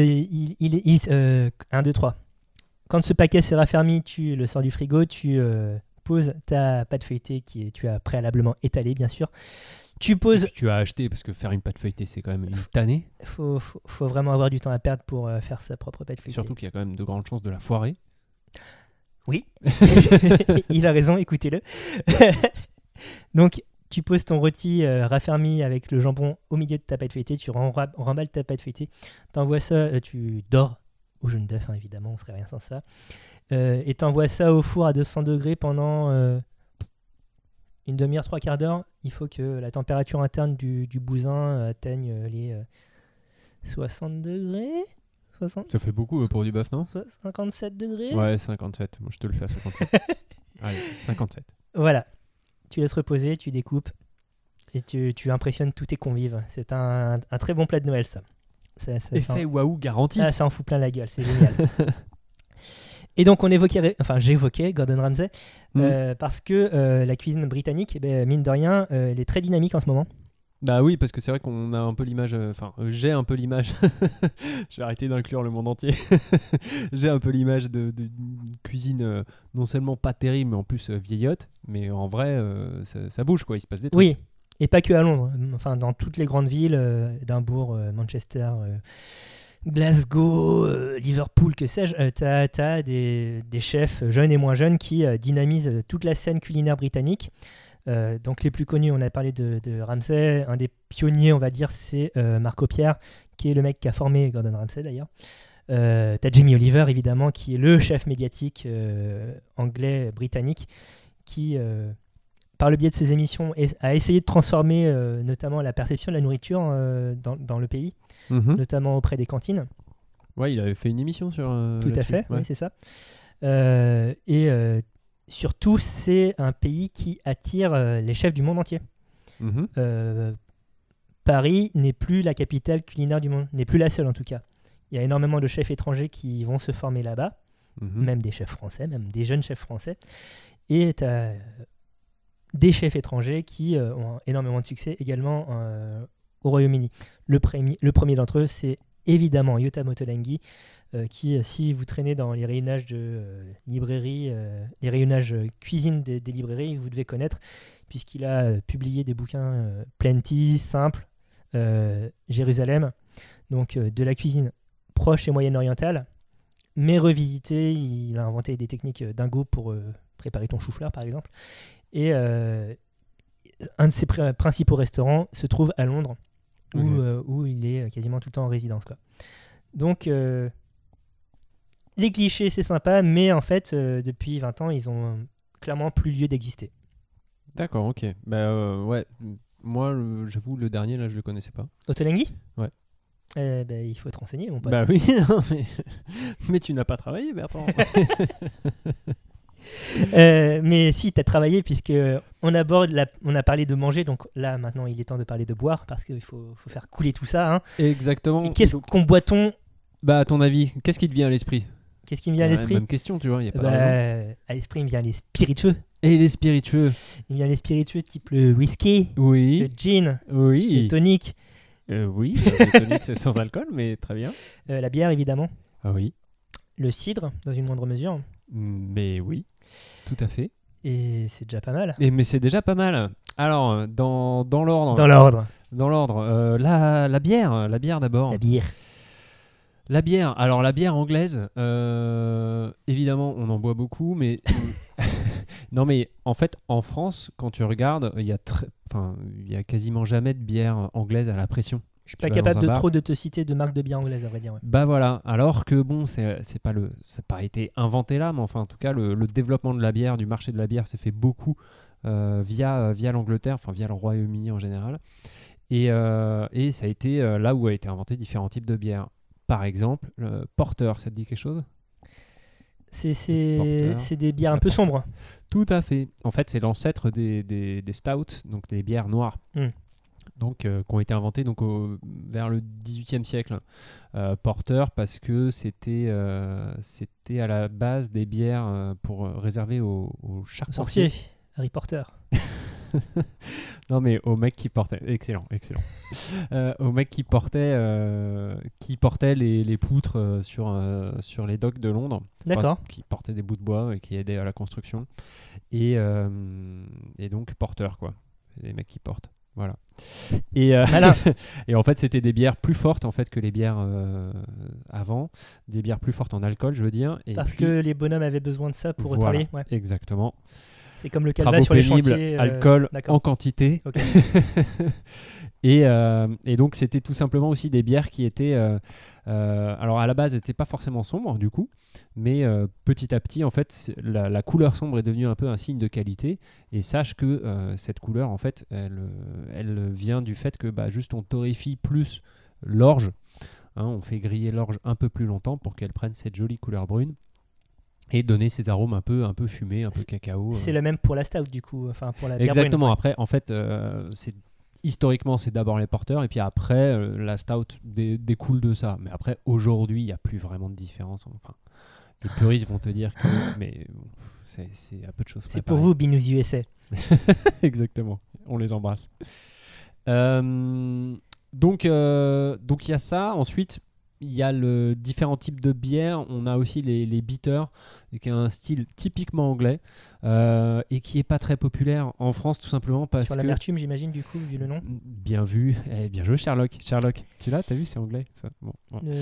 B: 1, 2, 3 quand ce paquet s'est raffermi, tu le sors du frigo, tu poses ta pâte feuilletée tu as préalablement étalée bien sûr, tu poses,
A: Tu as acheté parce que faire une pâte feuilletée c'est quand même une tannée.
B: faut vraiment avoir du temps à perdre pour faire sa propre pâte feuilletée.
A: Surtout qu'il y a quand même de grandes chances de la foirer.
B: Oui. Il a raison, écoutez-le. Donc tu poses ton rôti raffermi avec le jambon au milieu de ta pâte feuilletée, tu remballes ta pâte feuilletée, t'envoies ça, tu dors au jaune d'œuf, hein, évidemment, on serait rien sans ça, et t'envoies ça au four à 200 degrés pendant une demi-heure, 3/4 d'heure. Il faut que la température interne du bousin atteigne les 60 degrés. 60,
A: Ça fait beaucoup pour du bœuf, non?
B: 57 degrés.
A: Ouais, 57. Moi je te le fais à 57. Allez, 57.
B: Voilà. Tu laisses reposer, tu découpes et tu impressionnes tous tes convives. C'est un très bon plat de Noël, ça.
A: Effet waouh garanti.
B: Ça en fout plein la gueule, c'est génial. Et donc j'évoquais Gordon Ramsay parce que la cuisine britannique, mine de rien, elle est très dynamique en ce moment.
A: Bah oui, parce que c'est vrai qu'on a un peu l'image, j'ai un peu l'image, je vais arrêter d'inclure le monde entier, j'ai un peu l'image de cuisine non seulement pas terrible, mais en plus vieillotte, mais en vrai, ça bouge quoi, il se passe des trucs.
B: Oui, et pas que à Londres, enfin dans toutes les grandes villes, Édimbourg, Manchester, Glasgow, Liverpool, que sais-je, t'as des chefs jeunes et moins jeunes qui dynamisent toute la scène culinaire britannique. Donc les plus connus, on a parlé de Ramsay, un des pionniers on va dire c'est Marco Pierre, qui est le mec qui a formé Gordon Ramsay d'ailleurs. T'as Jamie Oliver évidemment, qui est le chef médiatique anglais britannique, qui par le biais de ses émissions a essayé de transformer notamment la perception de la nourriture dans le pays, notamment auprès des cantines.
A: Ouais, il avait fait une émission sur
B: tout à fait,
A: ouais.
B: oui, c'est ça. Surtout, c'est un pays qui attire les chefs du monde entier. Paris n'est plus la capitale culinaire du monde, n'est plus la seule en tout cas. Il y a énormément de chefs étrangers qui vont se former là-bas, même des chefs français, même des jeunes chefs français. Et tu as des chefs étrangers qui ont énormément de succès également au Royaume-Uni. Le premier d'entre eux, c'est évidemment Yota Motolenghi, qui, si vous traînez dans les rayonnages de librairies, les rayonnages cuisine des librairies, vous devez connaître, puisqu'il a publié des bouquins Plenty, Simple, Jérusalem, donc de la cuisine proche et moyenne-orientale, mais revisité. Il a inventé des techniques dingo pour préparer ton chou-fleur, par exemple. Et un de ses principaux restaurants se trouve à Londres, où il est quasiment tout le temps en résidence, quoi. Donc, les clichés, c'est sympa, mais en fait, depuis 20 ans, ils ont clairement plus lieu d'exister.
A: D'accord, ok. Bah ouais, moi, j'avoue, le dernier, là, je le connaissais pas.
B: Motolenghi ?
A: Ouais.
B: Il faut te renseigner, mon pote.
A: Bah oui, non, mais tu n'as pas travaillé, Bertrand.
B: Mais si, tu as travaillé, puisque on a parlé de manger, donc là, maintenant, il est temps de parler de boire, parce qu'il faut faire couler tout ça. Hein.
A: Exactement.
B: Et qu'est-ce qu'on boit-on ?
A: Bah, à ton avis, qu'est-ce qui te vient à l'esprit ?
B: Qu'est-ce qui me vient à l'esprit ?
A: Même question, tu vois, il n'y a pas de raison.
B: À l'esprit, il me vient les spiritueux.
A: Et les spiritueux ?
B: Il me vient les spiritueux type le whisky,
A: Oui.
B: le gin,
A: Oui.
B: le tonic.
A: Oui, le tonic, c'est sans alcool, mais très bien.
B: La bière, évidemment.
A: Ah oui.
B: Le cidre, dans une moindre mesure.
A: Mais oui, tout à fait.
B: Et c'est déjà pas mal.
A: Mais c'est déjà pas mal. Alors, dans l'ordre.
B: Dans l'ordre.
A: La bière d'abord.
B: La bière.
A: La bière. Alors, la bière anglaise, évidemment, on en boit beaucoup, mais... Non, mais en fait, en France, quand tu regardes, il y a quasiment jamais de bière anglaise à la pression.
B: Je suis pas capable de te citer de marque de bière anglaise, à vrai dire. Ouais.
A: Bah voilà, alors que bon, ça n'a pas été inventé là, mais enfin, en tout cas, le développement de la bière, du marché de la bière, s'est fait beaucoup via l'Angleterre, enfin via le Royaume-Uni en général. Et ça a été là où a été inventé différents types de bières. Par exemple, le Porter, ça te dit quelque chose ?
B: C'est des bières un peu sombres.
A: Tout à fait. En fait, c'est l'ancêtre des stouts, donc des bières noires. Donc, qui ont été inventées donc, vers le XVIIIe siècle. Porter, parce que c'était à la base des bières réservées aux charpentiers.
B: Sorcier, Harry Potter.
A: Non, mais au mec qui portait... Excellent. Au mec qui portait les poutres sur les docks de Londres.
B: D'accord.
A: Enfin, qui portait des bouts de bois et qui aidait à la construction. Et donc, porteur, quoi. Les mecs qui portent. Voilà. Et en fait, c'était des bières plus fortes en fait que les bières avant. Des bières plus fortes en alcool, je veux dire. Et
B: parce que les bonhommes avaient besoin de ça pour travailler. Ouais.
A: Exactement.
B: C'est comme le calva sur les chantiers.
A: Alcool en quantité.
B: Okay.
A: et donc, c'était tout simplement aussi des bières qui étaient... alors, à la base, n'étaient pas forcément sombres, du coup. Mais petit à petit, en fait, la couleur sombre est devenue un peu un signe de qualité. Et sache que cette couleur, en fait, elle vient du fait que juste on torréfie plus l'orge. Hein, on fait griller l'orge un peu plus longtemps pour qu'elle prenne cette jolie couleur brune. Et donner ces arômes un peu fumés, un peu cacao.
B: C'est le même pour la stout, du coup. Enfin, pour la bière
A: exactement.
B: brune.
A: Après, en fait, historiquement, c'est d'abord les porteurs. Et puis après, la stout découle de ça. Mais après, aujourd'hui, il n'y a plus vraiment de différence. Enfin, les puristes vont te dire que... Mais c'est à peu de choses.
B: C'est pour vous, Binous USA.
A: Exactement. On les embrasse. Donc, il y a ça. Ensuite... Il y a le différents types de bières. On a aussi les bitters, qui est un style typiquement anglais et qui est pas très populaire en France, tout simplement parce que...
B: Sur l'amertume, j'imagine, du coup, vu le nom.
A: Bien vu. Bien joué, Sherlock. Tu l'as, t'as vu, c'est anglais. Ça. Bon.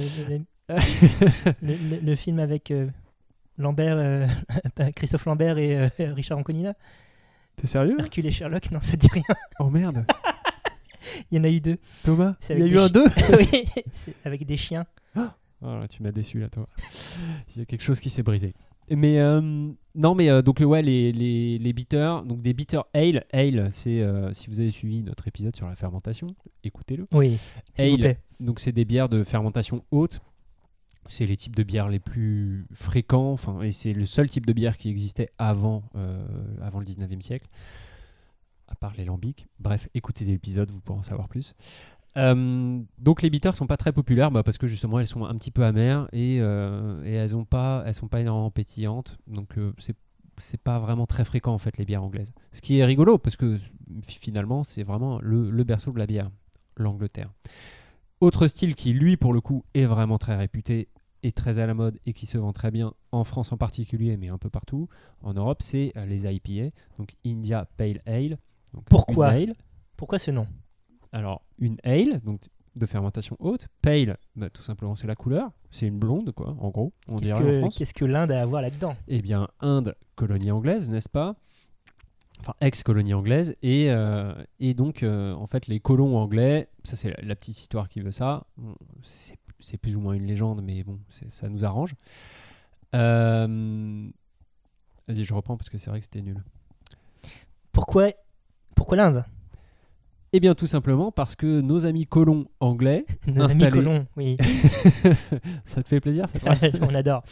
B: Le film avec Lambert, Christophe Lambert et Richard Anconina.
A: T'es sérieux ?
B: Hercule et Sherlock, non, ça dit rien.
A: Oh merde.
B: Il y en a eu 2.
A: Thomas, il y a eu un 2
B: Oui, c'est avec des chiens.
A: Oh là, tu m'as déçu là, toi. Il y a quelque chose qui s'est brisé. Mais donc ouais, les bitters, donc des bitter ale. Ale, c'est si vous avez suivi notre épisode sur la fermentation, écoutez-le.
B: Oui. S'il vous plaît.
A: Donc c'est des bières de fermentation haute. C'est les types de bières les plus fréquents, et c'est le seul type de bière qui existait avant le 19e siècle. À part les lambics. Bref, écoutez l'épisode, vous pourrez en savoir plus. Donc les bitters sont pas très populaires parce que justement elles sont un petit peu amères et elles sont pas énormément pétillantes. Donc c'est pas vraiment très fréquent en fait les bières anglaises. Ce qui est rigolo parce que finalement c'est vraiment le berceau de la bière, l'Angleterre. Autre style qui, lui, pour le coup, est vraiment très réputé, est très à la mode et qui se vend très bien, en France en particulier, mais un peu partout, en Europe, c'est les IPA, donc India Pale Ale. Donc
B: Pourquoi
A: une ale.
B: Pourquoi ce nom?
A: Alors, une ale, donc de fermentation haute. Pale, tout simplement, c'est la couleur. C'est une blonde, quoi, en gros, on dirait en France.
B: Qu'est-ce que l'Inde a à voir là-dedans?
A: Eh bien, Inde, colonie anglaise, n'est-ce pas? Enfin, ex-colonie anglaise. Et donc, en fait, les colons anglais, ça c'est la petite histoire qui veut ça. Bon, c'est plus ou moins une légende, mais bon, ça nous arrange. Vas-y, je reprends parce que c'est vrai que c'était nul.
B: Pourquoi l'Inde?
A: Eh bien, tout simplement parce que nos amis colons anglais
B: Nos amis colons, oui.
A: Ça te fait plaisir cette phrase?
B: On adore.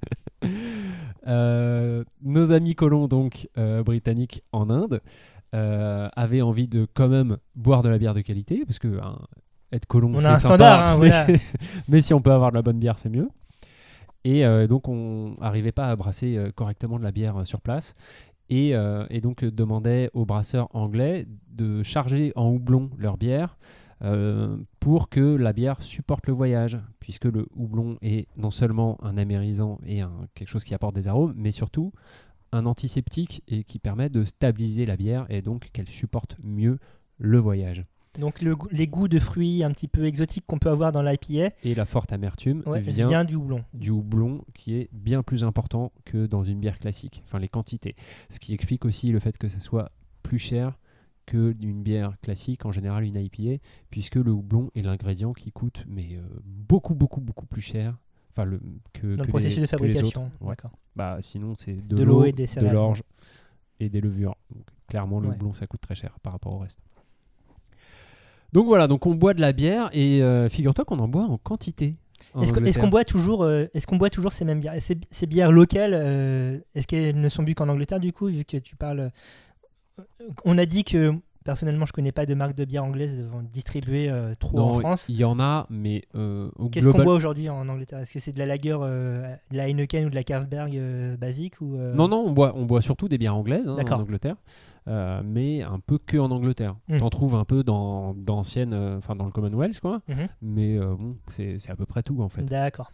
A: Nos amis colons donc britanniques en Inde avaient envie de quand même boire de la bière de qualité parce que être colon
B: On
A: c'est
B: a un
A: sympa,
B: standard,
A: mais,
B: voilà.
A: mais si on peut avoir de la bonne bière c'est mieux. Et donc on n'arrivait pas à brasser correctement de la bière sur place. Et donc demandait aux brasseurs anglais de charger en houblon leur bière pour que la bière supporte le voyage, puisque le houblon est non seulement un amérisant et quelque chose qui apporte des arômes, mais surtout un antiseptique et qui permet de stabiliser la bière et donc qu'elle supporte mieux le voyage.
B: Donc les goûts de fruits un petit peu exotiques qu'on peut avoir dans l'IPA.
A: Et la forte amertume
B: vient du houblon.
A: Du houblon qui est bien plus important que dans une bière classique, enfin les quantités. Ce qui explique aussi le fait que ça soit plus cher que d'une bière classique, en général une IPA, puisque le houblon est l'ingrédient qui coûte beaucoup plus cher
B: dans le processus de fabrication.
A: Ouais.
B: D'accord.
A: Bah, sinon c'est
B: de l'eau et des
A: de
B: céréales,
A: l'orge et des levures. Donc, clairement le
B: Ouais.
A: houblon ça coûte très cher par rapport au reste. Donc voilà, donc on boit de la bière et figure-toi qu'on en boit en quantité.
B: Est-ce qu'on boit toujours ces mêmes bières? Ces bières locales, est-ce qu'elles ne sont bues qu'en Angleterre du coup, vu que tu parles? On a dit que personnellement je connais pas de marque de bière anglaise distribuée trop en France.
A: Il y en a, mais
B: Qu'est-ce qu'on boit aujourd'hui en Angleterre? Est-ce que c'est de la lager, de la Heineken ou de la Carlsberg basique ou
A: Non, on boit surtout des bières anglaises en Angleterre, mais un peu que en Angleterre. T'en trouves un peu dans le Commonwealth, quoi. Mais bon, c'est à peu près tout en fait.
B: D'accord.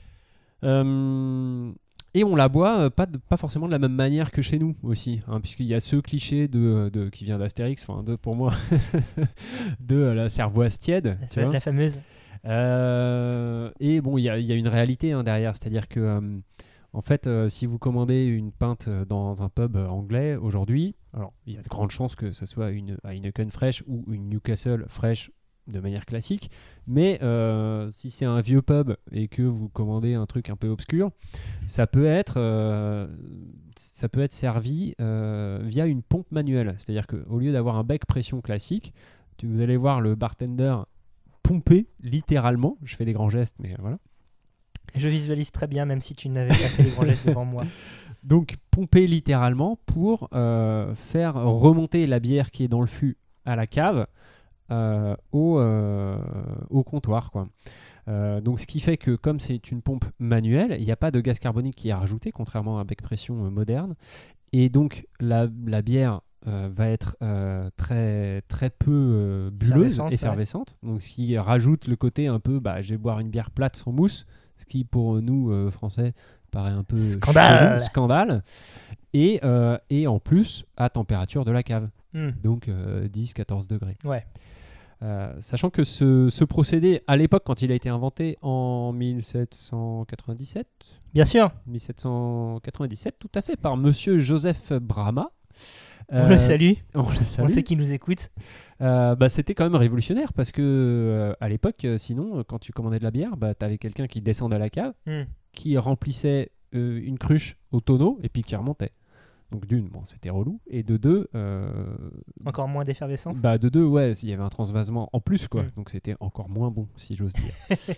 A: Et on la boit pas forcément de la même manière que chez nous aussi, puisqu'il y a ce cliché qui vient d'Astérix, pour moi, de la cervoise tiède. Tu vois,
B: la fameuse.
A: Et bon, il y a une réalité derrière, c'est-à-dire que en fait, si vous commandez une pinte dans un pub anglais aujourd'hui, alors il y a de grandes chances que ce soit une Heineken fraîche ou une Newcastle fraîche de manière classique, mais si c'est un vieux pub et que vous commandez un truc un peu obscur, ça peut être servi via une pompe manuelle, c'est-à-dire qu'au lieu d'avoir un bec pression classique, vous allez voir le bartender pomper littéralement, je fais des grands gestes mais voilà.
B: Je visualise très bien même si tu n'avais pas fait les grands gestes devant moi.
A: Donc pomper littéralement pour faire remonter la bière qui est dans le fût à la cave au comptoir, quoi. Donc ce qui fait que comme c'est une pompe manuelle, il n'y a pas de gaz carbonique qui est rajouté, contrairement à un bec pression moderne, et donc la bière va être très, très peu bulleuse, effervescente, ouais. Donc ce qui rajoute le côté un peu, je vais boire une bière plate sans mousse, ce qui pour nous Français paraît un peu scandale. Et en plus à température de la cave, donc 10-14 degrés.
B: Ouais.
A: Sachant que ce procédé, à l'époque, quand il a été inventé en 1797,
B: bien sûr,
A: 1797, tout à fait, par Monsieur Joseph Brahma.
B: On le salue.
A: On
B: sait qu'il nous écoute.
A: C'était quand même révolutionnaire parce que à l'époque, sinon, quand tu commandais de la bière, t'avais quelqu'un qui descendait à la cave, qui remplissait une cruche au tonneau et puis qui remontait. Donc d'une, c'était relou. Et de deux...
B: encore moins d'effervescence.
A: De deux, ouais, il y avait un transvasement en plus, quoi. Donc c'était encore moins bon, si j'ose dire.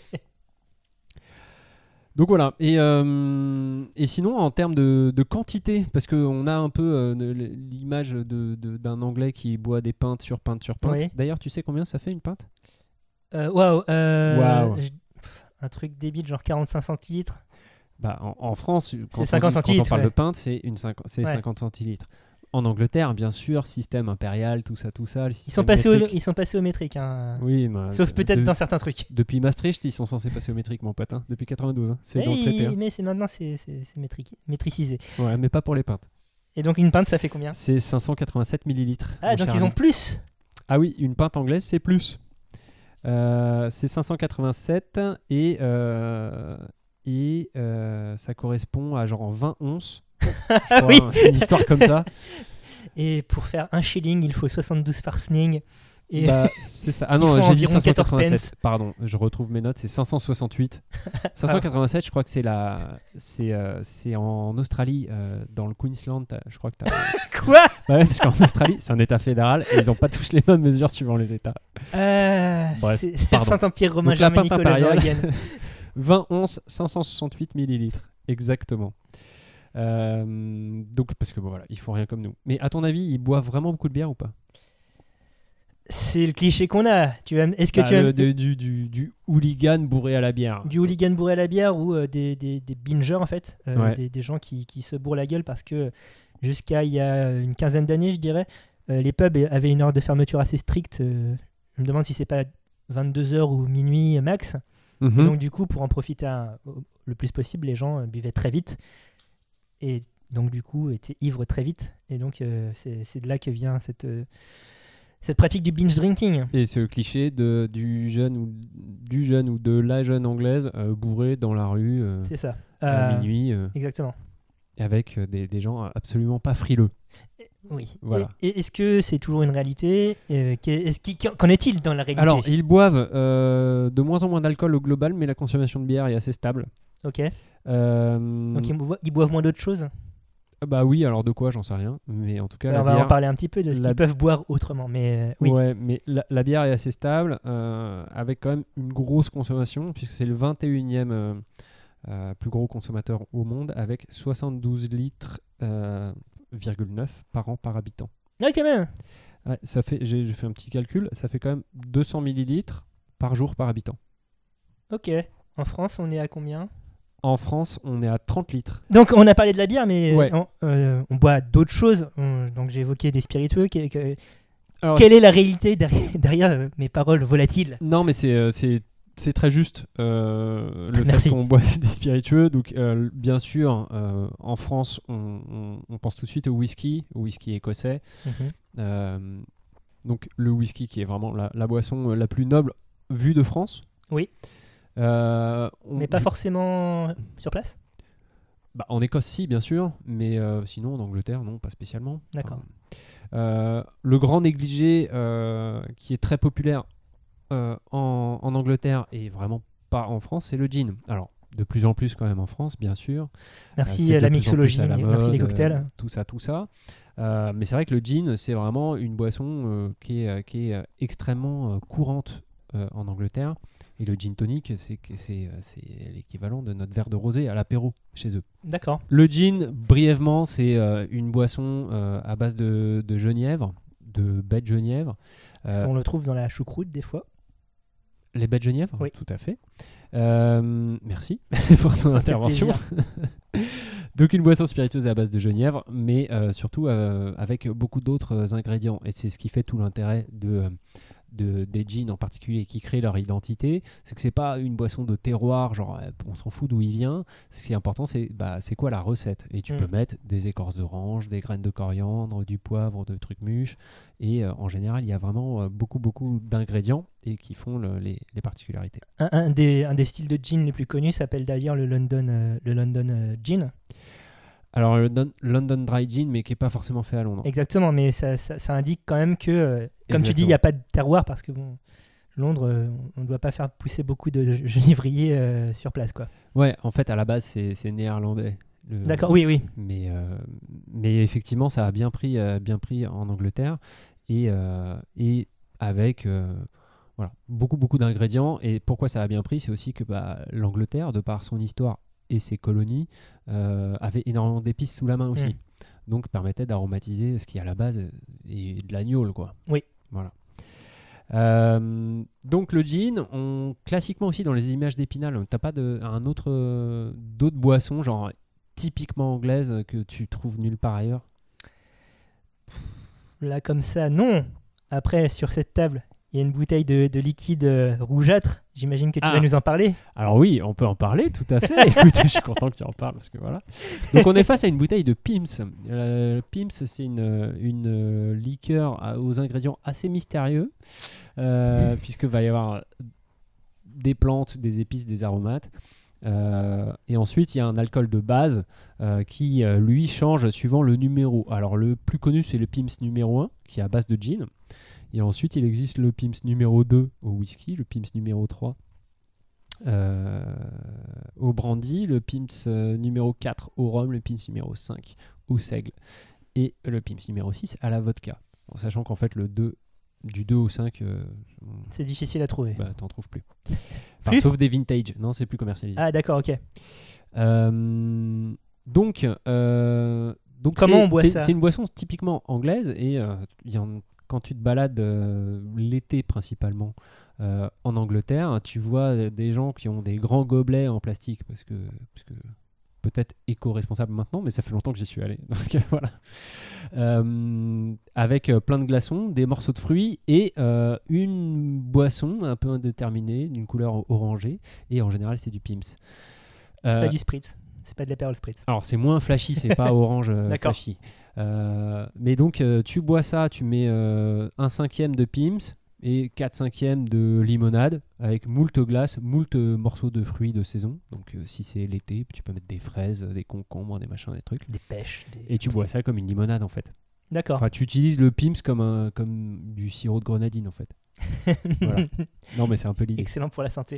A: Donc voilà. Et sinon, en termes de quantité, parce qu'on a un peu l'image d'un Anglais qui boit des pintes sur pintes sur pintes. Oui. D'ailleurs, tu sais combien ça fait une pinte?
B: Waouh. Un truc débile, genre 45 centilitres.
A: En France, quand
B: 50 centilitres,
A: on parle
B: ouais.
A: de pinte, c'est 50 centilitres. En Angleterre, bien sûr, système impérial, tout ça. Le
B: Ils sont
A: système
B: passés
A: métrique.
B: au métrique. Hein.
A: Oui,
B: Sauf peut-être dans certains trucs.
A: Depuis Maastricht, ils sont censés passer au métrique, mon pote. Hein. Depuis 92, hein. C'est dans le traité. Hein.
B: Mais maintenant, c'est métricisé.
A: Ouais, mais pas pour les pintes.
B: Et donc, une pinte, ça fait combien?
A: C'est 587 millilitres.
B: Ah,
A: mon
B: donc
A: cher
B: ils ont
A: ami.
B: plus.
A: Ah oui, une pinte anglaise, c'est plus. C'est 587 et ça correspond à genre 20 onces. Je crois,
B: Oui.
A: Une histoire comme ça.
B: Et pour faire 1 shilling, il faut 72 farthings. Et
A: Bah, c'est ça. Ah
B: qui
A: non,
B: font
A: j'ai dit
B: environ 14
A: 587.
B: pence.
A: Pardon, je retrouve mes notes. C'est 568. 587, je crois que c'est en Australie, dans le Queensland. Je crois que t'as.
B: Quoi?
A: Ouais, parce qu'en Australie, c'est un État fédéral et ils n'ont pas tous les mêmes mesures suivant les États. Bref,
B: C'est le
A: pardon.
B: Saint-Empire romain
A: Donc, la pinte
B: germanique
A: impériale.
B: all-over again.
A: 20 onces, 568 millilitres. Exactement. Donc, parce que bon, voilà, ils font rien comme nous. Mais à ton avis, ils boivent vraiment beaucoup de bière ou pas?
B: C'est le cliché qu'on a. Est-ce que tu aimes
A: du hooligan bourré à la bière.
B: du hooligan bourré à la bière ou des bingers en fait,
A: Ouais.
B: des gens qui se bourrent la gueule parce que jusqu'à il y a une quinzaine d'années, je dirais, les pubs avaient une heure de fermeture assez stricte. Je me demande si c'est pas 22h ou minuit max.
A: Mhm.
B: Et donc du coup, pour en profiter le plus possible, les gens buvaient très vite et donc du coup étaient ivres très vite. Et donc c'est de là que vient cette pratique du binge drinking.
A: Et ce cliché du jeune ou de la jeune anglaise bourrée dans la rue
B: C'est ça.
A: à minuit
B: Exactement.
A: avec des gens absolument pas frileux.
B: Oui.
A: Voilà.
B: Et est-ce que c'est toujours une réalité? Qu'en est-il dans la réalité?
A: Alors, ils boivent de moins en moins d'alcool au global, mais la consommation de bière est assez stable.
B: Ok.
A: Euh,
B: Donc ils boivent moins d'autres choses?
A: Bah oui, alors de quoi, j'en sais rien. Mais en tout cas,
B: On
A: la
B: va en
A: bière...
B: parler un petit peu de ce
A: la-
B: qu'ils peuvent boire autrement. Mais oui.
A: Ouais, mais la bière est assez stable, avec quand même une grosse consommation, puisque c'est le 21e plus gros consommateur au monde, avec 72 litres, 0,9 par an par habitant.
B: Ah, quand même.
A: Ouais, ça fait, j'ai fait un petit calcul, ça fait quand même 200 millilitres par jour par habitant.
B: Ok. En France, on est à combien?
A: En France, on est à 30 litres.
B: Donc on a parlé de la bière, mais
A: Ouais.
B: on boit d'autres choses. Donc j'ai évoqué des spiritueux.
A: Alors,
B: Quelle est la réalité derrière mes paroles volatiles?
A: non, mais c'est très juste le
B: Merci.
A: fait qu'on boit des spiritueux. Donc, bien sûr, en France, on pense tout de suite au whisky écossais. Donc, le whisky qui est vraiment la boisson la plus noble vue de France.
B: Oui. Mais pas forcément sur place?
A: Bah, en Écosse, si, bien sûr, mais sinon en Angleterre, non, pas spécialement.
B: D'accord.
A: Le grand négligé qui est très populaire en Angleterre et vraiment pas en France, c'est le gin. Alors, de plus en plus quand même en France, bien sûr.
B: Merci
A: C'est
B: à la
A: de plus en plus
B: mixologie,
A: à la
B: merci les
A: mode,
B: cocktails.
A: tout ça. Mais c'est vrai que le gin, c'est vraiment une boisson qui est extrêmement courante en Angleterre. Et le gin tonic, c'est l'équivalent de notre verre de rosé à l'apéro chez eux.
B: D'accord.
A: Le gin, brièvement, c'est une boisson à base de genièvre, de baies de genièvre.
B: Parce qu'on le trouve dans la choucroute des fois.
A: Les baies de genièvre,
B: Oui.
A: tout à fait. Merci pour ton
B: Ça fait
A: intervention.
B: plaisir.
A: Donc une boisson spiritueuse à base de genièvre, mais surtout avec beaucoup d'autres ingrédients. Et c'est ce qui fait tout l'intérêt des gins en particulier qui créent leur identité. C'est que c'est pas une boisson de terroir, genre on s'en fout d'où il vient. Ce qui est important, c'est quoi la recette. Et tu peux mettre des écorces d'orange, des graines de coriandre, du poivre, de trucs mûches. Et en général, il y a vraiment beaucoup d'ingrédients et qui font les particularités.
B: Un des styles de gin les plus connus s'appelle d'ailleurs le London Gin.
A: Alors le London Dry Gin, mais qui n'est pas forcément fait à Londres.
B: Exactement, mais ça indique quand même que, comme tu dis, il n'y a pas de terroir parce que bon, Londres, on ne doit pas faire pousser beaucoup de genévriers sur place, quoi.
A: Ouais, en fait, à la base, c'est néerlandais.
B: D'accord, oui.
A: Mais effectivement, ça a bien pris en Angleterre et avec voilà, beaucoup d'ingrédients. Et pourquoi ça a bien pris, c'est aussi que l'Angleterre, de par son histoire et ses colonies, avait énormément d'épices sous la main aussi. Donc permettait d'aromatiser ce qui à la base est de l'agneau, quoi.
B: Oui.
A: Voilà. Donc le gin, classiquement aussi dans les images d'Épinal, t'as pas d'autres boissons genre typiquement anglaises que tu trouves nulle part ailleurs?
B: là comme ça, non. Après, sur cette table, il y a une bouteille de liquide rougeâtre. J'imagine que tu vas nous en parler.
A: Alors oui, on peut en parler, tout à fait. Écoute, je suis content que tu en parles parce que voilà. Donc on est face à une bouteille de Pimm's. Pimm's, c'est une liqueur aux ingrédients assez mystérieux, puisque va y avoir des plantes, des épices, des aromates. Et ensuite, il y a un alcool de base qui, lui, change suivant le numéro. Alors le plus connu, c'est le Pimm's numéro 1, qui est à base de gin. Et ensuite, il existe le Pimm's numéro 2 au whisky, le Pimm's numéro 3 au brandy, le Pimm's numéro 4 au rhum, le Pimm's numéro 5 au seigle et le Pimm's numéro 6 à la vodka. En sachant qu'en fait, du 2 au 5,
B: c'est difficile à trouver.
A: Bah, t'en trouves plus. Enfin, sauf des vintage. Non, c'est plus commercialisé.
B: Ah, d'accord, ok.
A: Donc
B: comment on boit ça ?
A: C'est une boisson typiquement anglaise et quand tu te balades l'été principalement en Angleterre, tu vois des gens qui ont des grands gobelets en plastique parce que peut-être éco-responsable maintenant, mais ça fait longtemps que j'y suis allé. Donc voilà. Avec plein de glaçons, des morceaux de fruits et une boisson un peu indéterminée, d'une couleur orangée. Et en général, c'est du Pimm's.
B: C'est pas du Spritz. C'est pas de l'apéro Spritz.
A: Alors c'est moins flashy, c'est pas orange flashy. Mais donc tu bois ça, tu mets 1/5 de Pimm's et 4/5 de limonade avec moult glace, moult morceaux de fruits de saison. Donc si c'est l'été, tu peux mettre des fraises, des concombres, des machins, des trucs.
B: Des pêches.
A: Et tu bois ça comme une limonade en fait.
B: D'accord.
A: Enfin, tu utilises le Pimm's comme du sirop de grenadine en fait. Voilà. Non mais c'est un peu l'idée.
B: Excellent pour la santé.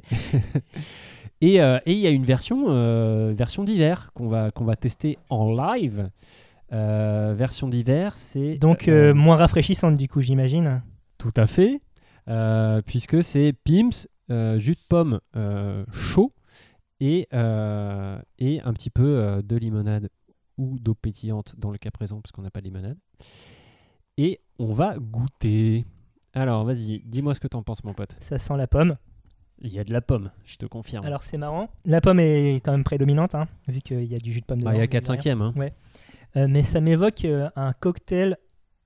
A: Et il y a une version d'hiver qu'on va tester en live. Version d'hiver, c'est...
B: Donc moins rafraîchissante du coup, j'imagine.
A: Tout à fait. Puisque c'est Pimm's, jus de pomme chaud et un petit peu de limonade ou d'eau pétillante dans le cas présent, parce qu'on n'a pas de limonade. Et on va goûter. Alors, vas-y, dis-moi ce que t'en penses, mon pote.
B: Ça sent la pomme.
A: Il y a de la pomme, je te confirme.
B: Alors, c'est marrant. La pomme est quand même prédominante, hein, vu qu'il y a du jus de pomme dedans.
A: Il y a 4/5. Hein.
B: Ouais. Mais ça m'évoque un cocktail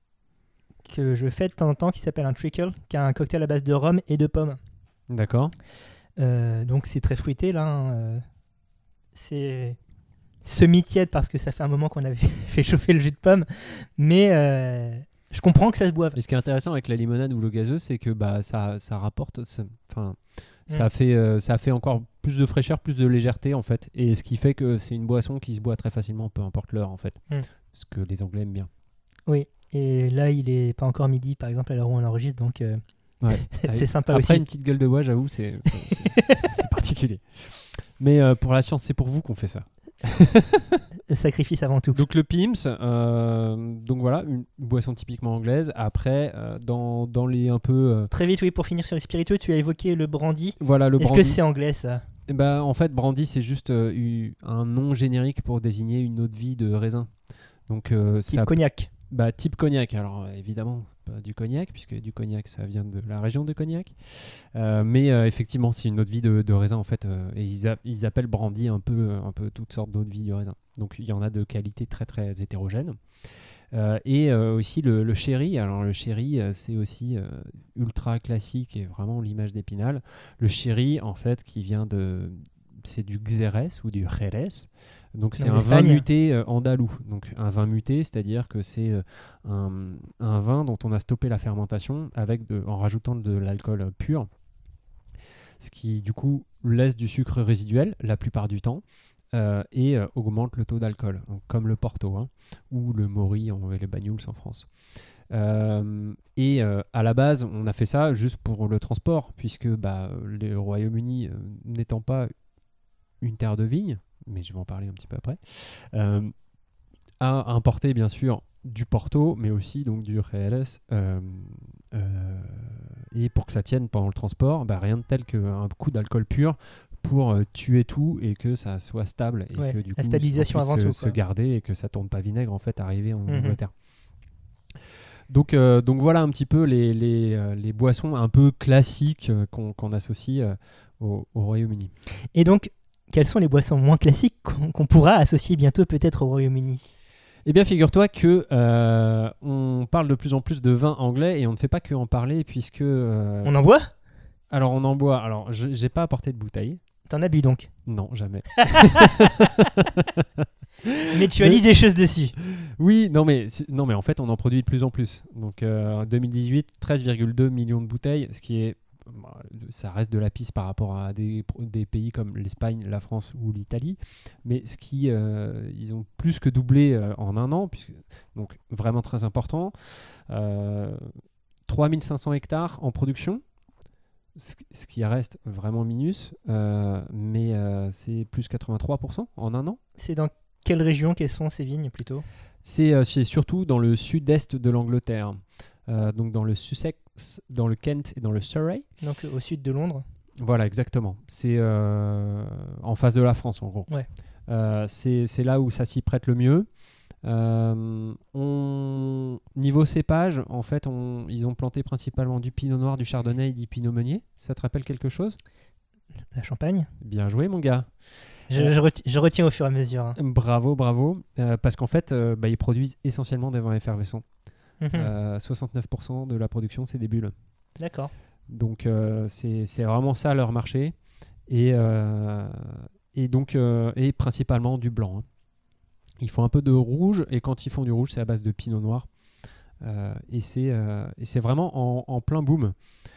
B: que je fais de temps en temps qui s'appelle un trickle, qui est un cocktail à base de rhum et de pommes.
A: D'accord.
B: Donc, c'est très fruité, là. Hein. C'est semi-tiède parce que ça fait un moment qu'on avait fait chauffer le jus de pomme. Mais... je comprends que ça se boive.
A: Et ce qui est intéressant avec la limonade ou le gazeux, c'est que ça rapporte, ça fait encore plus de fraîcheur, plus de légèreté en fait. Et ce qui fait que c'est une boisson qui se boit très facilement, peu importe l'heure en fait. Ce que les Anglais aiment bien.
B: Oui, et là il est pas encore midi par exemple à l'heure où on enregistre, donc
A: ouais.
B: c'est sympa
A: Après,
B: aussi.
A: une petite gueule de bois, j'avoue, c'est particulier. Mais pour la science, c'est pour vous qu'on fait ça.
B: Sacrifice avant tout.
A: Donc le Pimm's, donc voilà, une boisson typiquement anglaise. Après, dans les un peu...
B: Très vite, oui, pour finir sur les spiritueux, tu as évoqué le brandy.
A: Voilà, le
B: brandy. Est-ce que c'est anglais ça ?
A: En fait, brandy, c'est juste un nom générique pour désigner une eau de vie de raisin. Donc,
B: type cognac.
A: Type cognac. Alors évidemment, pas du cognac, puisque du cognac, ça vient de la région de Cognac. Mais effectivement, c'est une eau de vie de raisin en fait. Et ils appellent brandy un peu toutes sortes d'eau de vie de raisin. Donc il y en a de qualité très très hétérogène. Et aussi le sherry. Alors le sherry, c'est aussi ultra classique et vraiment l'image d'Épinal. Le sherry, en fait, c'est du Xérès ou du Jerez. Donc c'est un vin muté andalou. Donc un vin muté, c'est-à-dire que c'est un vin dont on a stoppé la fermentation en rajoutant de l'alcool pur. Ce qui du coup laisse du sucre résiduel la plupart du temps et augmente le taux d'alcool, comme le Porto ou le Mori et les Banyuls en France. Et à la base, on a fait ça juste pour le transport, puisque le Royaume-Uni n'étant pas une terre de vigne, mais je vais en parler un petit peu après, a importé bien sûr du Porto, mais aussi donc du Jerez. Et pour que ça tienne pendant le transport, rien de tel qu'un coup d'alcool pur pour tuer tout et que ça soit stable et que du coup
B: la stabilisation
A: ça
B: avant tout,
A: se garder et que ça tourne pas vinaigre en fait arrivé en Angleterre. Donc voilà un petit peu les boissons un peu classiques qu'on associe au Royaume-Uni.
B: Et donc, quelles sont les boissons moins classiques qu'on pourra associer bientôt peut-être au Royaume-Uni ?
A: Eh bien, figure-toi que on parle de plus en plus de vin anglais et on ne fait pas que en parler puisque...
B: On en boit ?
A: Alors, on en boit. Alors, j'ai pas apporté de bouteille.
B: T'en as bu donc.
A: Non, jamais.
B: Mais tu as lu des choses dessus.
A: Oui, non mais en fait, on en produit de plus en plus. Donc, en 2018, 13,2 millions de bouteilles, ce qui est... Ça reste de la piste par rapport à des pays comme l'Espagne, la France ou l'Italie. Mais ils ont plus que doublé en un an, donc vraiment très important. 3500 hectares en production. Ce qui reste vraiment minus, mais c'est plus 83% en un an.
B: C'est dans quelle région, quelles sont ces vignes plutôt ?
A: C'est surtout dans le sud-est de l'Angleterre, donc dans le Sussex, dans le Kent et dans le Surrey.
B: Donc au sud de Londres.
A: Voilà, exactement. C'est en face de la France, en gros.
B: Ouais.
A: C'est là où ça s'y prête le mieux. Niveau cépage, en fait, ils ont planté principalement du pinot noir, du chardonnay et du pinot meunier. Ça te rappelle quelque chose ?
B: La Champagne.
A: Bien joué, mon gars.
B: Je retiens au fur et à mesure. Hein.
A: Bravo. Parce qu'en fait, ils produisent essentiellement des vins effervescents.
B: Mhm.
A: 69% de la production, c'est des bulles.
B: D'accord.
A: Donc, c'est vraiment ça leur marché. Et principalement du blanc. Hein. Ils font un peu de rouge, et quand ils font du rouge, c'est à base de pinot noir. Et c'est vraiment en plein boom.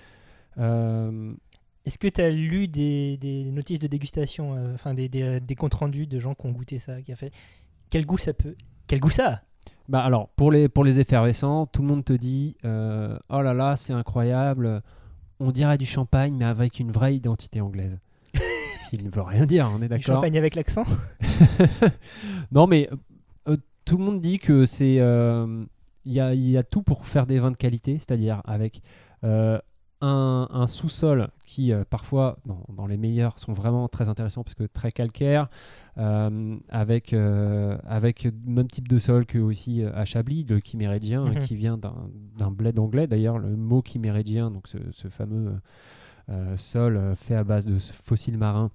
B: Est-ce que tu as lu des notices de dégustation, des comptes rendus de gens qui ont goûté ça, qui a fait quel goût ça a ?
A: Bah alors, pour les effervescents, tout le monde te dit oh là là, c'est incroyable, on dirait du champagne, mais avec une vraie identité anglaise. Ce qui ne veut rien dire, on est d'accord.
B: Du champagne avec l'accent ?
A: Non, mais tout le monde dit que c'est... Il y a tout pour faire des vins de qualité, c'est-à-dire avec un sous-sol qui, parfois, dans les meilleurs, sont vraiment très intéressants parce que très calcaire, avec le même type de sol que aussi à Chablis, le chimérédien, qui vient d'un bled anglais. D'ailleurs, le mot chimérédien, donc ce fameux sol fait à base de fossiles marins,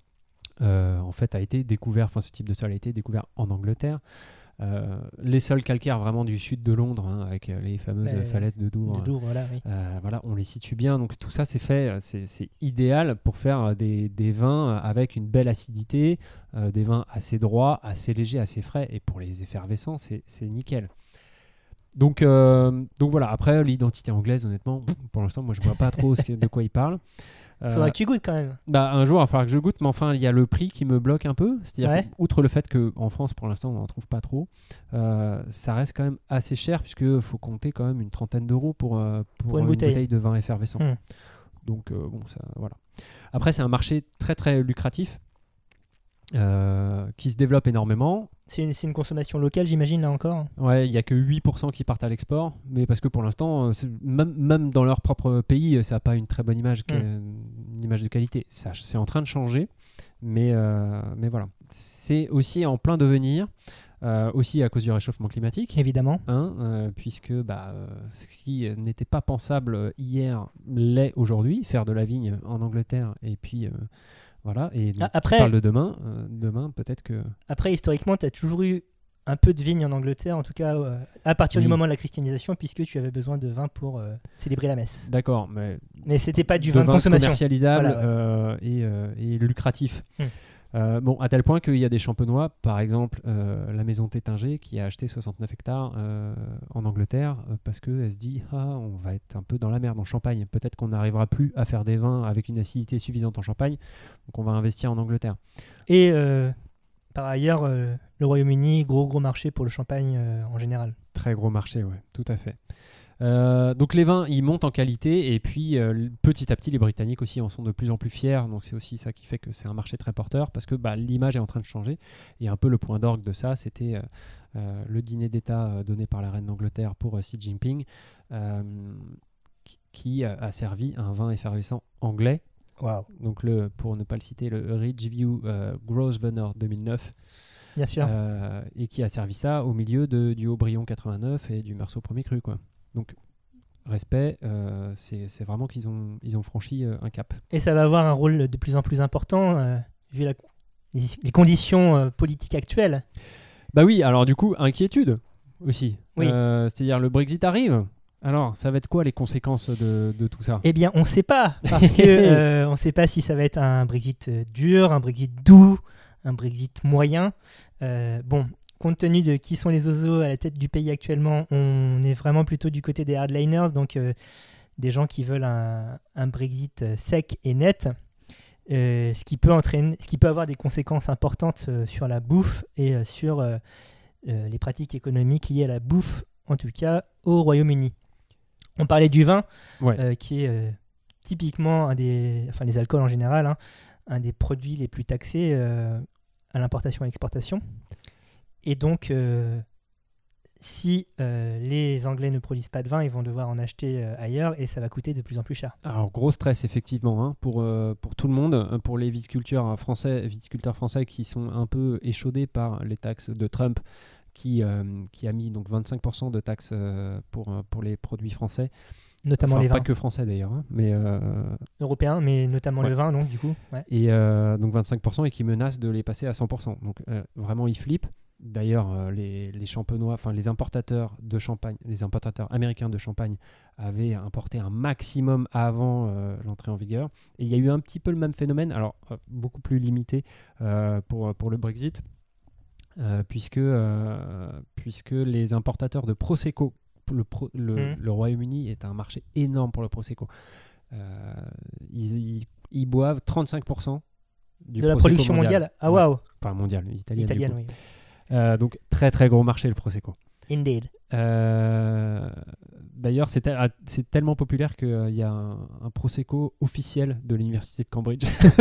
A: en fait, ce type de sol a été découvert en Angleterre. Les sols calcaires vraiment du sud de Londres, hein, avec les fameuses falaises de Douvres.
B: Voilà, oui.
A: Voilà, on les situe bien. Donc tout ça, c'est fait, c'est idéal pour faire des vins avec une belle acidité, des vins assez droits, assez légers, assez frais. Et pour les effervescents, c'est nickel. Donc voilà. Après, l'identité anglaise, honnêtement, pour l'instant, moi, je vois pas trop de quoi ils parlent.
B: Faudra que tu goûtes quand même.
A: Un jour, il va falloir que je goûte, mais enfin, il y a le prix qui me bloque un peu. C'est-à-dire, outre le fait qu'en France, pour l'instant, on n'en trouve pas trop, ça reste quand même assez cher, puisqu'il faut compter quand même une trentaine d'euros pour une bouteille de vin effervescent. Donc, ça, voilà. Après, c'est un marché très, très lucratif, qui se développe énormément.
B: C'est une consommation locale, j'imagine, là encore.
A: Ouais, il n'y a que 8% qui partent à l'export, mais parce que pour l'instant, même dans leur propre pays, ça n'a pas une très bonne image, une image de qualité. Ça, c'est en train de changer, mais voilà. C'est aussi en plein devenir, aussi à cause du réchauffement climatique.
B: Évidemment.
A: Puisque ce qui n'était pas pensable hier l'est aujourd'hui, faire de la vigne en Angleterre, et puis... Voilà, et donc,
B: après,
A: tu parles de demain. Demain, peut-être que...
B: Après, historiquement, tu as toujours eu un peu de vigne en Angleterre, en tout cas à partir du moment de la christianisation, puisque tu avais besoin de vin pour célébrer la messe.
A: D'accord,
B: mais c'était pas du vin de consommation.
A: Commercialisable, voilà, et lucratif. À tel point qu'il y a des champenois, par exemple la maison Tétinger, qui a acheté 69 hectares en Angleterre, parce qu'elle se dit on va être un peu dans la merde en Champagne. Peut-être qu'on n'arrivera plus à faire des vins avec une acidité suffisante en Champagne, donc on va investir en Angleterre.
B: Et par ailleurs, le Royaume-Uni, gros marché pour le champagne en général.
A: Très gros marché, ouais, tout à fait. Donc les vins, ils montent en qualité, et puis petit à petit, les Britanniques aussi en sont de plus en plus fiers. Donc c'est aussi ça qui fait que c'est un marché très porteur, parce que l'image est en train de changer. Et un peu le point d'orgue de ça, c'était le dîner d'État donné par la reine d'Angleterre pour Xi Jinping, qui a servi un vin effervescent anglais.
B: Wow.
A: Donc pour ne pas le citer, le Ridgeview Grosvenor 2009.
B: Bien sûr.
A: Et qui a servi ça au milieu du Haut-Brion 89 et du Meursault premier cru, quoi. Donc, respect, c'est vraiment qu'ils ont franchi un cap.
B: Et ça va avoir un rôle de plus en plus important, vu les conditions politiques actuelles.
A: Bah oui, alors du coup, inquiétude aussi.
B: Oui.
A: C'est-à-dire le Brexit arrive. Alors, ça va être quoi les conséquences de tout ça?
B: Eh bien, on ne sait pas, parce que on ne sait pas si ça va être un Brexit dur, un Brexit doux, un Brexit moyen. Bon, compte tenu de qui sont les oiseaux à la tête du pays actuellement, on est vraiment plutôt du côté des hardliners, donc des gens qui veulent un Brexit sec et net, ce qui peut avoir des conséquences importantes sur la bouffe et sur les pratiques économiques liées à la bouffe, en tout cas au Royaume-Uni. On parlait du vin, qui est typiquement les alcools en général, un des produits les plus taxés à l'importation et à l'exportation. Et donc, si les Anglais ne produisent pas de vin, ils vont devoir en acheter ailleurs et ça va coûter de plus en plus cher.
A: Alors, gros stress, effectivement, pour tout le monde, pour les viticulteurs français qui sont un peu échaudés par les taxes de Trump, qui a mis donc 25% de taxes pour les produits français.
B: Notamment les vins.
A: Pas que français d'ailleurs, mais
B: européens, mais notamment le vin, donc du coup. Ouais.
A: Et donc 25% et qui menacent de les passer à 100%. Donc vraiment, ils flippent. D'ailleurs, les champenois, enfin les importateurs de champagne, les importateurs américains de champagne avaient importé un maximum avant l'entrée en vigueur. Et il y a eu un petit peu le même phénomène, alors beaucoup plus limité pour le Brexit. Puisque les importateurs de Prosecco, le Royaume-Uni est un marché énorme pour le Prosecco. Ils boivent 35%
B: de la production mondiale. Ah waouh.
A: Enfin mondiale, italienne.
B: Oui.
A: Donc très très gros marché le Prosecco.
B: Indeed.
A: D'ailleurs, c'est tellement populaire qu'il y a un Prosecco officiel de l'université de Cambridge.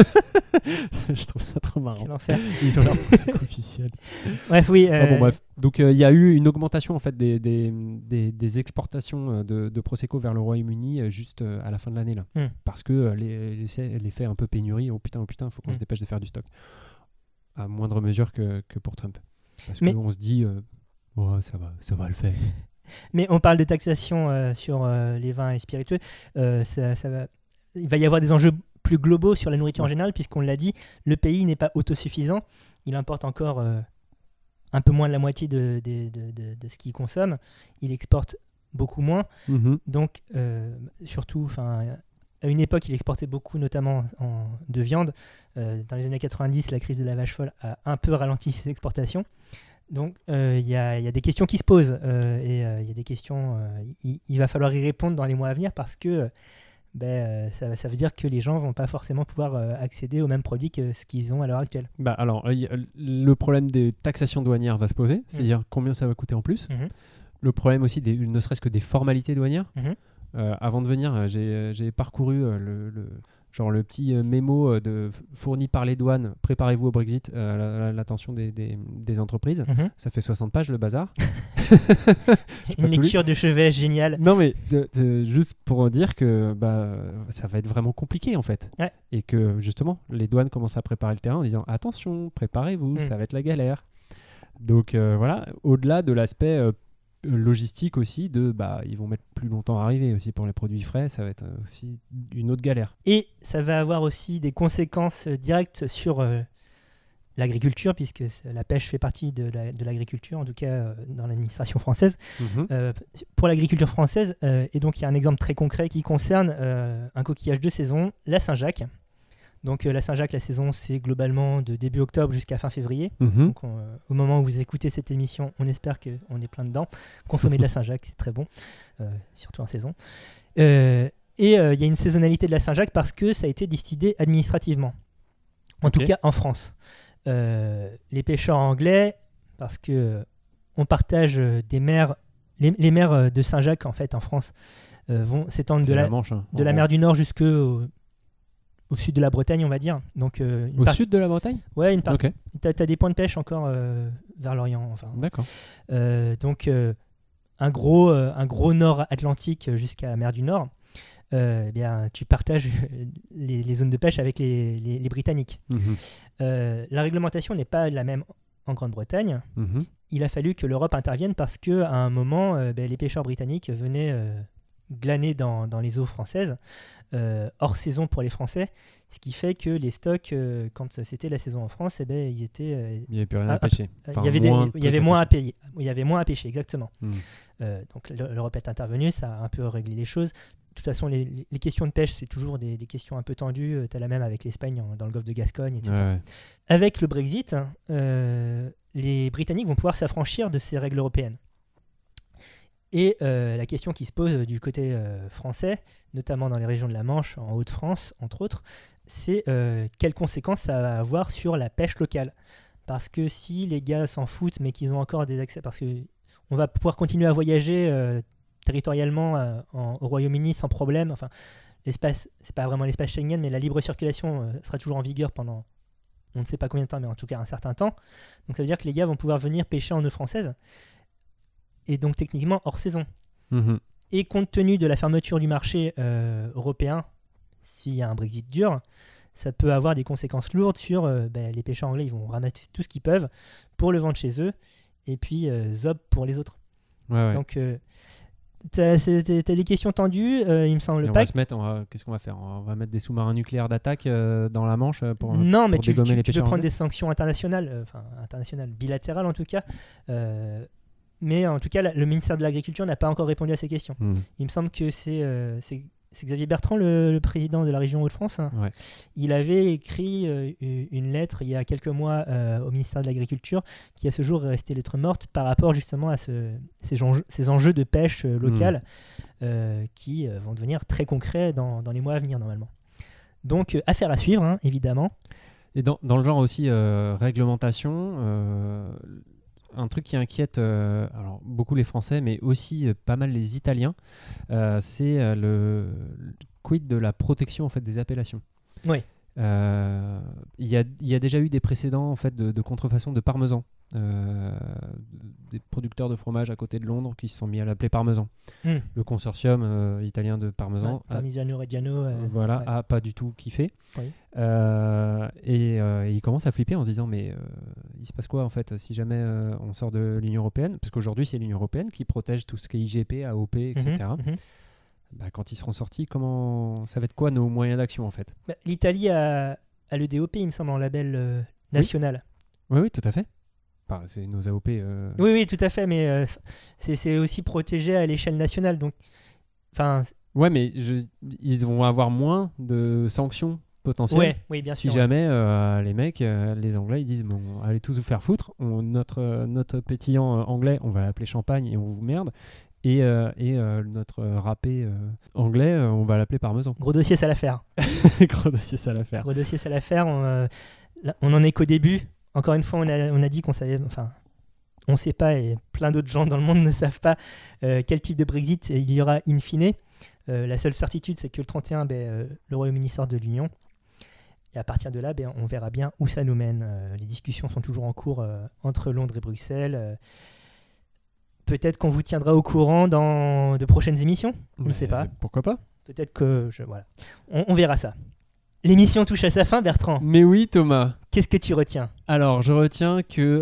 A: Je trouve ça trop marrant.
B: Quel enfer.
A: Ils ont leur Prosecco officiel.
B: Bref, oui.
A: Bref. Donc, il y a eu une augmentation en fait des exportations de Prosecco vers le Royaume-Uni juste à la fin de l'année là, parce que l'effet un peu pénurie. Oh putain, faut qu'on se dépêche de faire du stock. À moindre mesure que pour Trump. Parce qu'on se dit, ça va le faire.
B: Mais on parle de taxation sur les vins et spiritueux. Il va y avoir des enjeux plus globaux sur la nourriture en général, puisqu'on l'a dit, le pays n'est pas autosuffisant. Il importe encore un peu moins de la moitié de ce qu'il consomme. Il exporte beaucoup moins. Donc, surtout, à une époque, il exportait beaucoup, notamment de viande. Dans les années 90, la crise de la vache folle a un peu ralenti ses exportations. Donc, il y a des questions qui se posent. Et il y a des questions... il va falloir y répondre dans les mois à venir parce que ça veut dire que les gens ne vont pas forcément pouvoir accéder aux mêmes produits que ce qu'ils ont à l'heure actuelle.
A: Alors, le problème des taxations douanières va se poser. C'est-à-dire combien ça va coûter en plus. Le problème aussi, ne serait-ce que des formalités douanières. Avant de venir, j'ai parcouru le petit mémo fourni par les douanes. Préparez-vous au Brexit, l'attention des entreprises. Ça fait 60 pages le bazar.
B: Une lecture de chevet géniale.
A: Non mais juste pour dire que ça va être vraiment compliqué en fait.
B: Ouais.
A: Et que justement les douanes commencent à préparer le terrain en disant attention, préparez-vous, ça va être la galère. Donc voilà, au-delà de l'aspect logistique aussi ils vont mettre plus longtemps à arriver aussi pour les produits frais, ça va être aussi une autre galère.
B: Et ça va avoir aussi des conséquences directes sur l'agriculture, puisque la pêche fait partie de l'agriculture, en tout cas dans l'administration française. Pour l'agriculture française, et donc il y a un exemple très concret qui concerne un coquillage de saison, la Saint-Jacques. Donc la Saint-Jacques, la saison, c'est globalement de début octobre jusqu'à fin février. Donc au moment où vous écoutez cette émission, on espère qu'on est plein dedans. Consommer de la Saint-Jacques, c'est très bon, surtout en saison. Et il y a une saisonnalité de la Saint-Jacques parce que ça a été décidé administrativement. En tout cas en France. Les pêcheurs anglais, parce que on partage des mers, les mers de Saint-Jacques en fait en France vont s'étendre de la
A: Manche,
B: de la mer du Nord au sud de la Bretagne, on va dire. Donc,
A: sud de la Bretagne ?
B: Ouais, une partie. Tu as des points de pêche encore vers l'Orient.
A: D'accord.
B: Donc, un gros nord atlantique jusqu'à la mer du Nord. Tu partages les zones de pêche avec les Britanniques. La réglementation n'est pas la même en Grande-Bretagne. Il a fallu que l'Europe intervienne parce qu'à un moment, les pêcheurs britanniques venaient glanés dans les eaux françaises, hors saison pour les Français, ce qui fait que les stocks, quand c'était la saison en France, ils étaient...
A: Il n'y avait plus rien à pêcher.
B: Il y avait moins à payer. Il y avait moins à pêcher, exactement. Donc l'Europe est intervenue, ça a un peu réglé les choses. De toute façon, les questions de pêche, c'est toujours des questions un peu tendues. Tu as la même avec l'Espagne dans le golfe de Gascogne, etc.
A: Ouais.
B: Avec le Brexit, les Britanniques vont pouvoir s'affranchir de ces règles européennes. Et la question qui se pose du côté français, notamment dans les régions de la Manche, en Hauts-de-France, entre autres, c'est quelles conséquences ça va avoir sur la pêche locale. Parce que si les gars s'en foutent, mais qu'ils ont encore des accès... Parce qu'on va pouvoir continuer à voyager territorialement au Royaume-Uni sans problème. Enfin, l'espace, c'est pas vraiment l'espace Schengen, mais la libre circulation sera toujours en vigueur pendant on ne sait pas combien de temps, mais en tout cas un certain temps. Donc ça veut dire que les gars vont pouvoir venir pêcher en eau française, et donc techniquement hors saison. Et compte tenu de la fermeture du marché européen, s'il y a un Brexit dur, ça peut avoir des conséquences lourdes sur les pêcheurs anglais. Ils vont ramasser tout ce qu'ils peuvent pour le vendre chez eux, et puis zob pour les autres.
A: Ouais.
B: Donc t'as des questions tendues, il me semble pas.
A: Qu'est-ce qu'on va faire? On va mettre des sous-marins nucléaires d'attaque dans la Manche pour
B: mais tu
A: dégommer les
B: peux
A: pêcheurs
B: prendre
A: anglais.
B: des sanctions internationales, bilatérales en tout cas. Mais en tout cas, le ministère de l'Agriculture n'a pas encore répondu à ces questions. Il me semble que c'est Xavier Bertrand, le président de la région Hauts-de-France.
A: Ouais.
B: Il avait écrit une lettre il y a quelques mois au ministère de l'Agriculture, qui à ce jour est restée lettre morte par rapport justement à ces enjeux de pêche locale qui vont devenir très concrets dans les mois à venir normalement. Donc affaire à suivre, hein, évidemment.
A: Et dans le genre aussi réglementation, un truc qui inquiète alors beaucoup les Français, mais aussi pas mal les Italiens, c'est le quid de la protection en fait des appellations.
B: Oui.
A: Il y a déjà eu des précédents en fait de contrefaçon de parmesan. Des producteurs de fromage à côté de Londres qui se sont mis à l'appeler parmesan. Le consortium italien de parmesan
B: Parmigiano Reggiano
A: a pas du tout kiffé.
B: Oui.
A: Et il commence à flipper en se disant mais il se passe quoi en fait si jamais on sort de l'Union Européenne, parce qu'aujourd'hui c'est l'Union Européenne qui protège tout ce qui est IGP, AOP, etc. Quand ils seront sortis, ça va être quoi nos moyens d'action en fait?
B: L'Italie a le DOP, il me semble, en label national.
A: Oui, tout à fait. C'est nos AOP.
B: Oui, tout à fait, mais c'est aussi protégé à l'échelle nationale. Donc,
A: ouais, mais ils vont avoir moins de sanctions potentielles.
B: Oui, bien
A: si
B: sûr.
A: jamais les mecs, les Anglais, ils disent bon, allez tous vous faire foutre. Notre pétillant anglais, on va l'appeler champagne et on vous merde. Et notre râpé anglais, on va l'appeler parmesan.
B: Gros dossier, ça l'affaire.
A: Gros dossier, ça l'affaire.
B: Gros dossier, ça l'affaire. On en est qu'au début. Encore une fois, on a dit qu'on savait, on ne sait pas, et plein d'autres gens dans le monde ne savent pas quel type de Brexit il y aura in fine. La seule certitude, c'est que le 31, le Royaume-Uni sort de l'Union. Et à partir de là, on verra bien où ça nous mène. Les discussions sont toujours en cours entre Londres et Bruxelles. Peut-être qu'on vous tiendra au courant dans de prochaines émissions. On ne sait pas.
A: Pourquoi pas?
B: Peut-être que... Voilà. On verra ça. L'émission touche à sa fin, Bertrand.
A: Mais oui, Thomas.
B: Qu'est-ce que tu retiens?
A: Alors, je retiens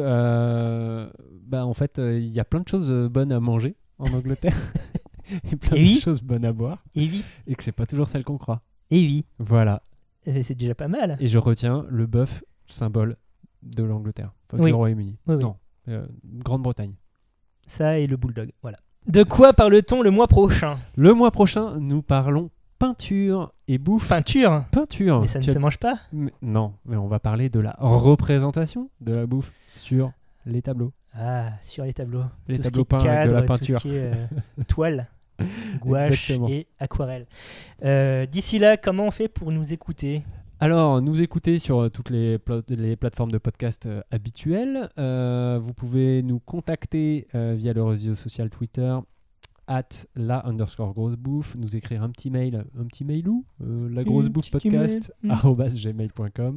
A: que, en fait, il y a plein de choses bonnes à manger en Angleterre. Et plein de choses bonnes à boire.
B: Et oui.
A: Et que c'est pas toujours celle qu'on croit.
B: Et oui.
A: Voilà.
B: C'est déjà pas mal.
A: Et je retiens le bœuf, symbole de l'Angleterre. Du Royaume-Uni.
B: Oui.
A: Non, Grande-Bretagne.
B: Ça et le bulldog, voilà. De quoi parle-t-on le mois prochain?
A: Le mois prochain, nous parlons peinture et bouffe.
B: Peinture.
A: Mais
B: ça ne se mange pas?
A: Non, mais on va parler de la représentation de la bouffe sur les tableaux.
B: Ah, sur les tableaux.
A: Les tableaux peints avec de la peinture.
B: Tout ce qui est toile, gouache et aquarelle. D'ici là, comment on fait pour nous écouter?
A: Alors, nous écouter sur toutes les plateformes de podcast habituelles. Vous pouvez nous contacter via le réseau social Twitter @la_grossebouffe, nous écrire un petit mailou, lagrossebouffepodcast@gmail.com,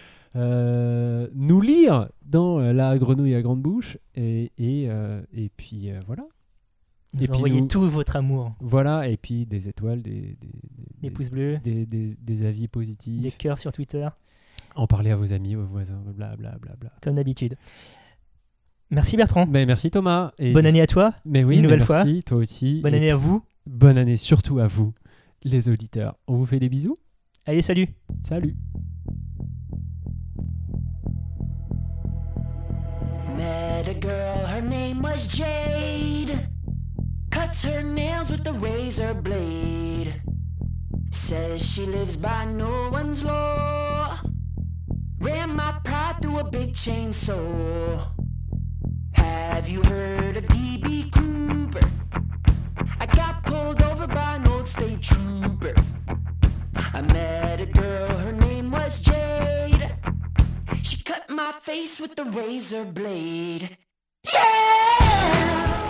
A: nous lire dans La Grenouille à Grande Bouche et puis voilà.
B: Nous envoyez tout votre amour.
A: Voilà, et puis des étoiles, des
B: pouces bleus,
A: des avis positifs,
B: des cœurs sur Twitter.
A: En parler à vos amis, aux voisins, blablabla.
B: Comme d'habitude. Merci Bertrand.
A: Merci Thomas. Et
B: bonne année à toi.
A: Mais oui,
B: une nouvelle fois.
A: Toi aussi.
B: Bonne année à vous.
A: Bonne année surtout à vous, les auditeurs. On vous fait des bisous.
B: Allez, salut.
A: Salut.
E: Met a girl, her name was Jade. Cuts her nails with a razor blade. Says she lives by no one's law. Ran my pride through a big chainsaw. Have you heard of D.B. Cooper? I got pulled over by an old state trooper. I met a girl, her name was Jade. She cut my face with a razor blade. Yeah!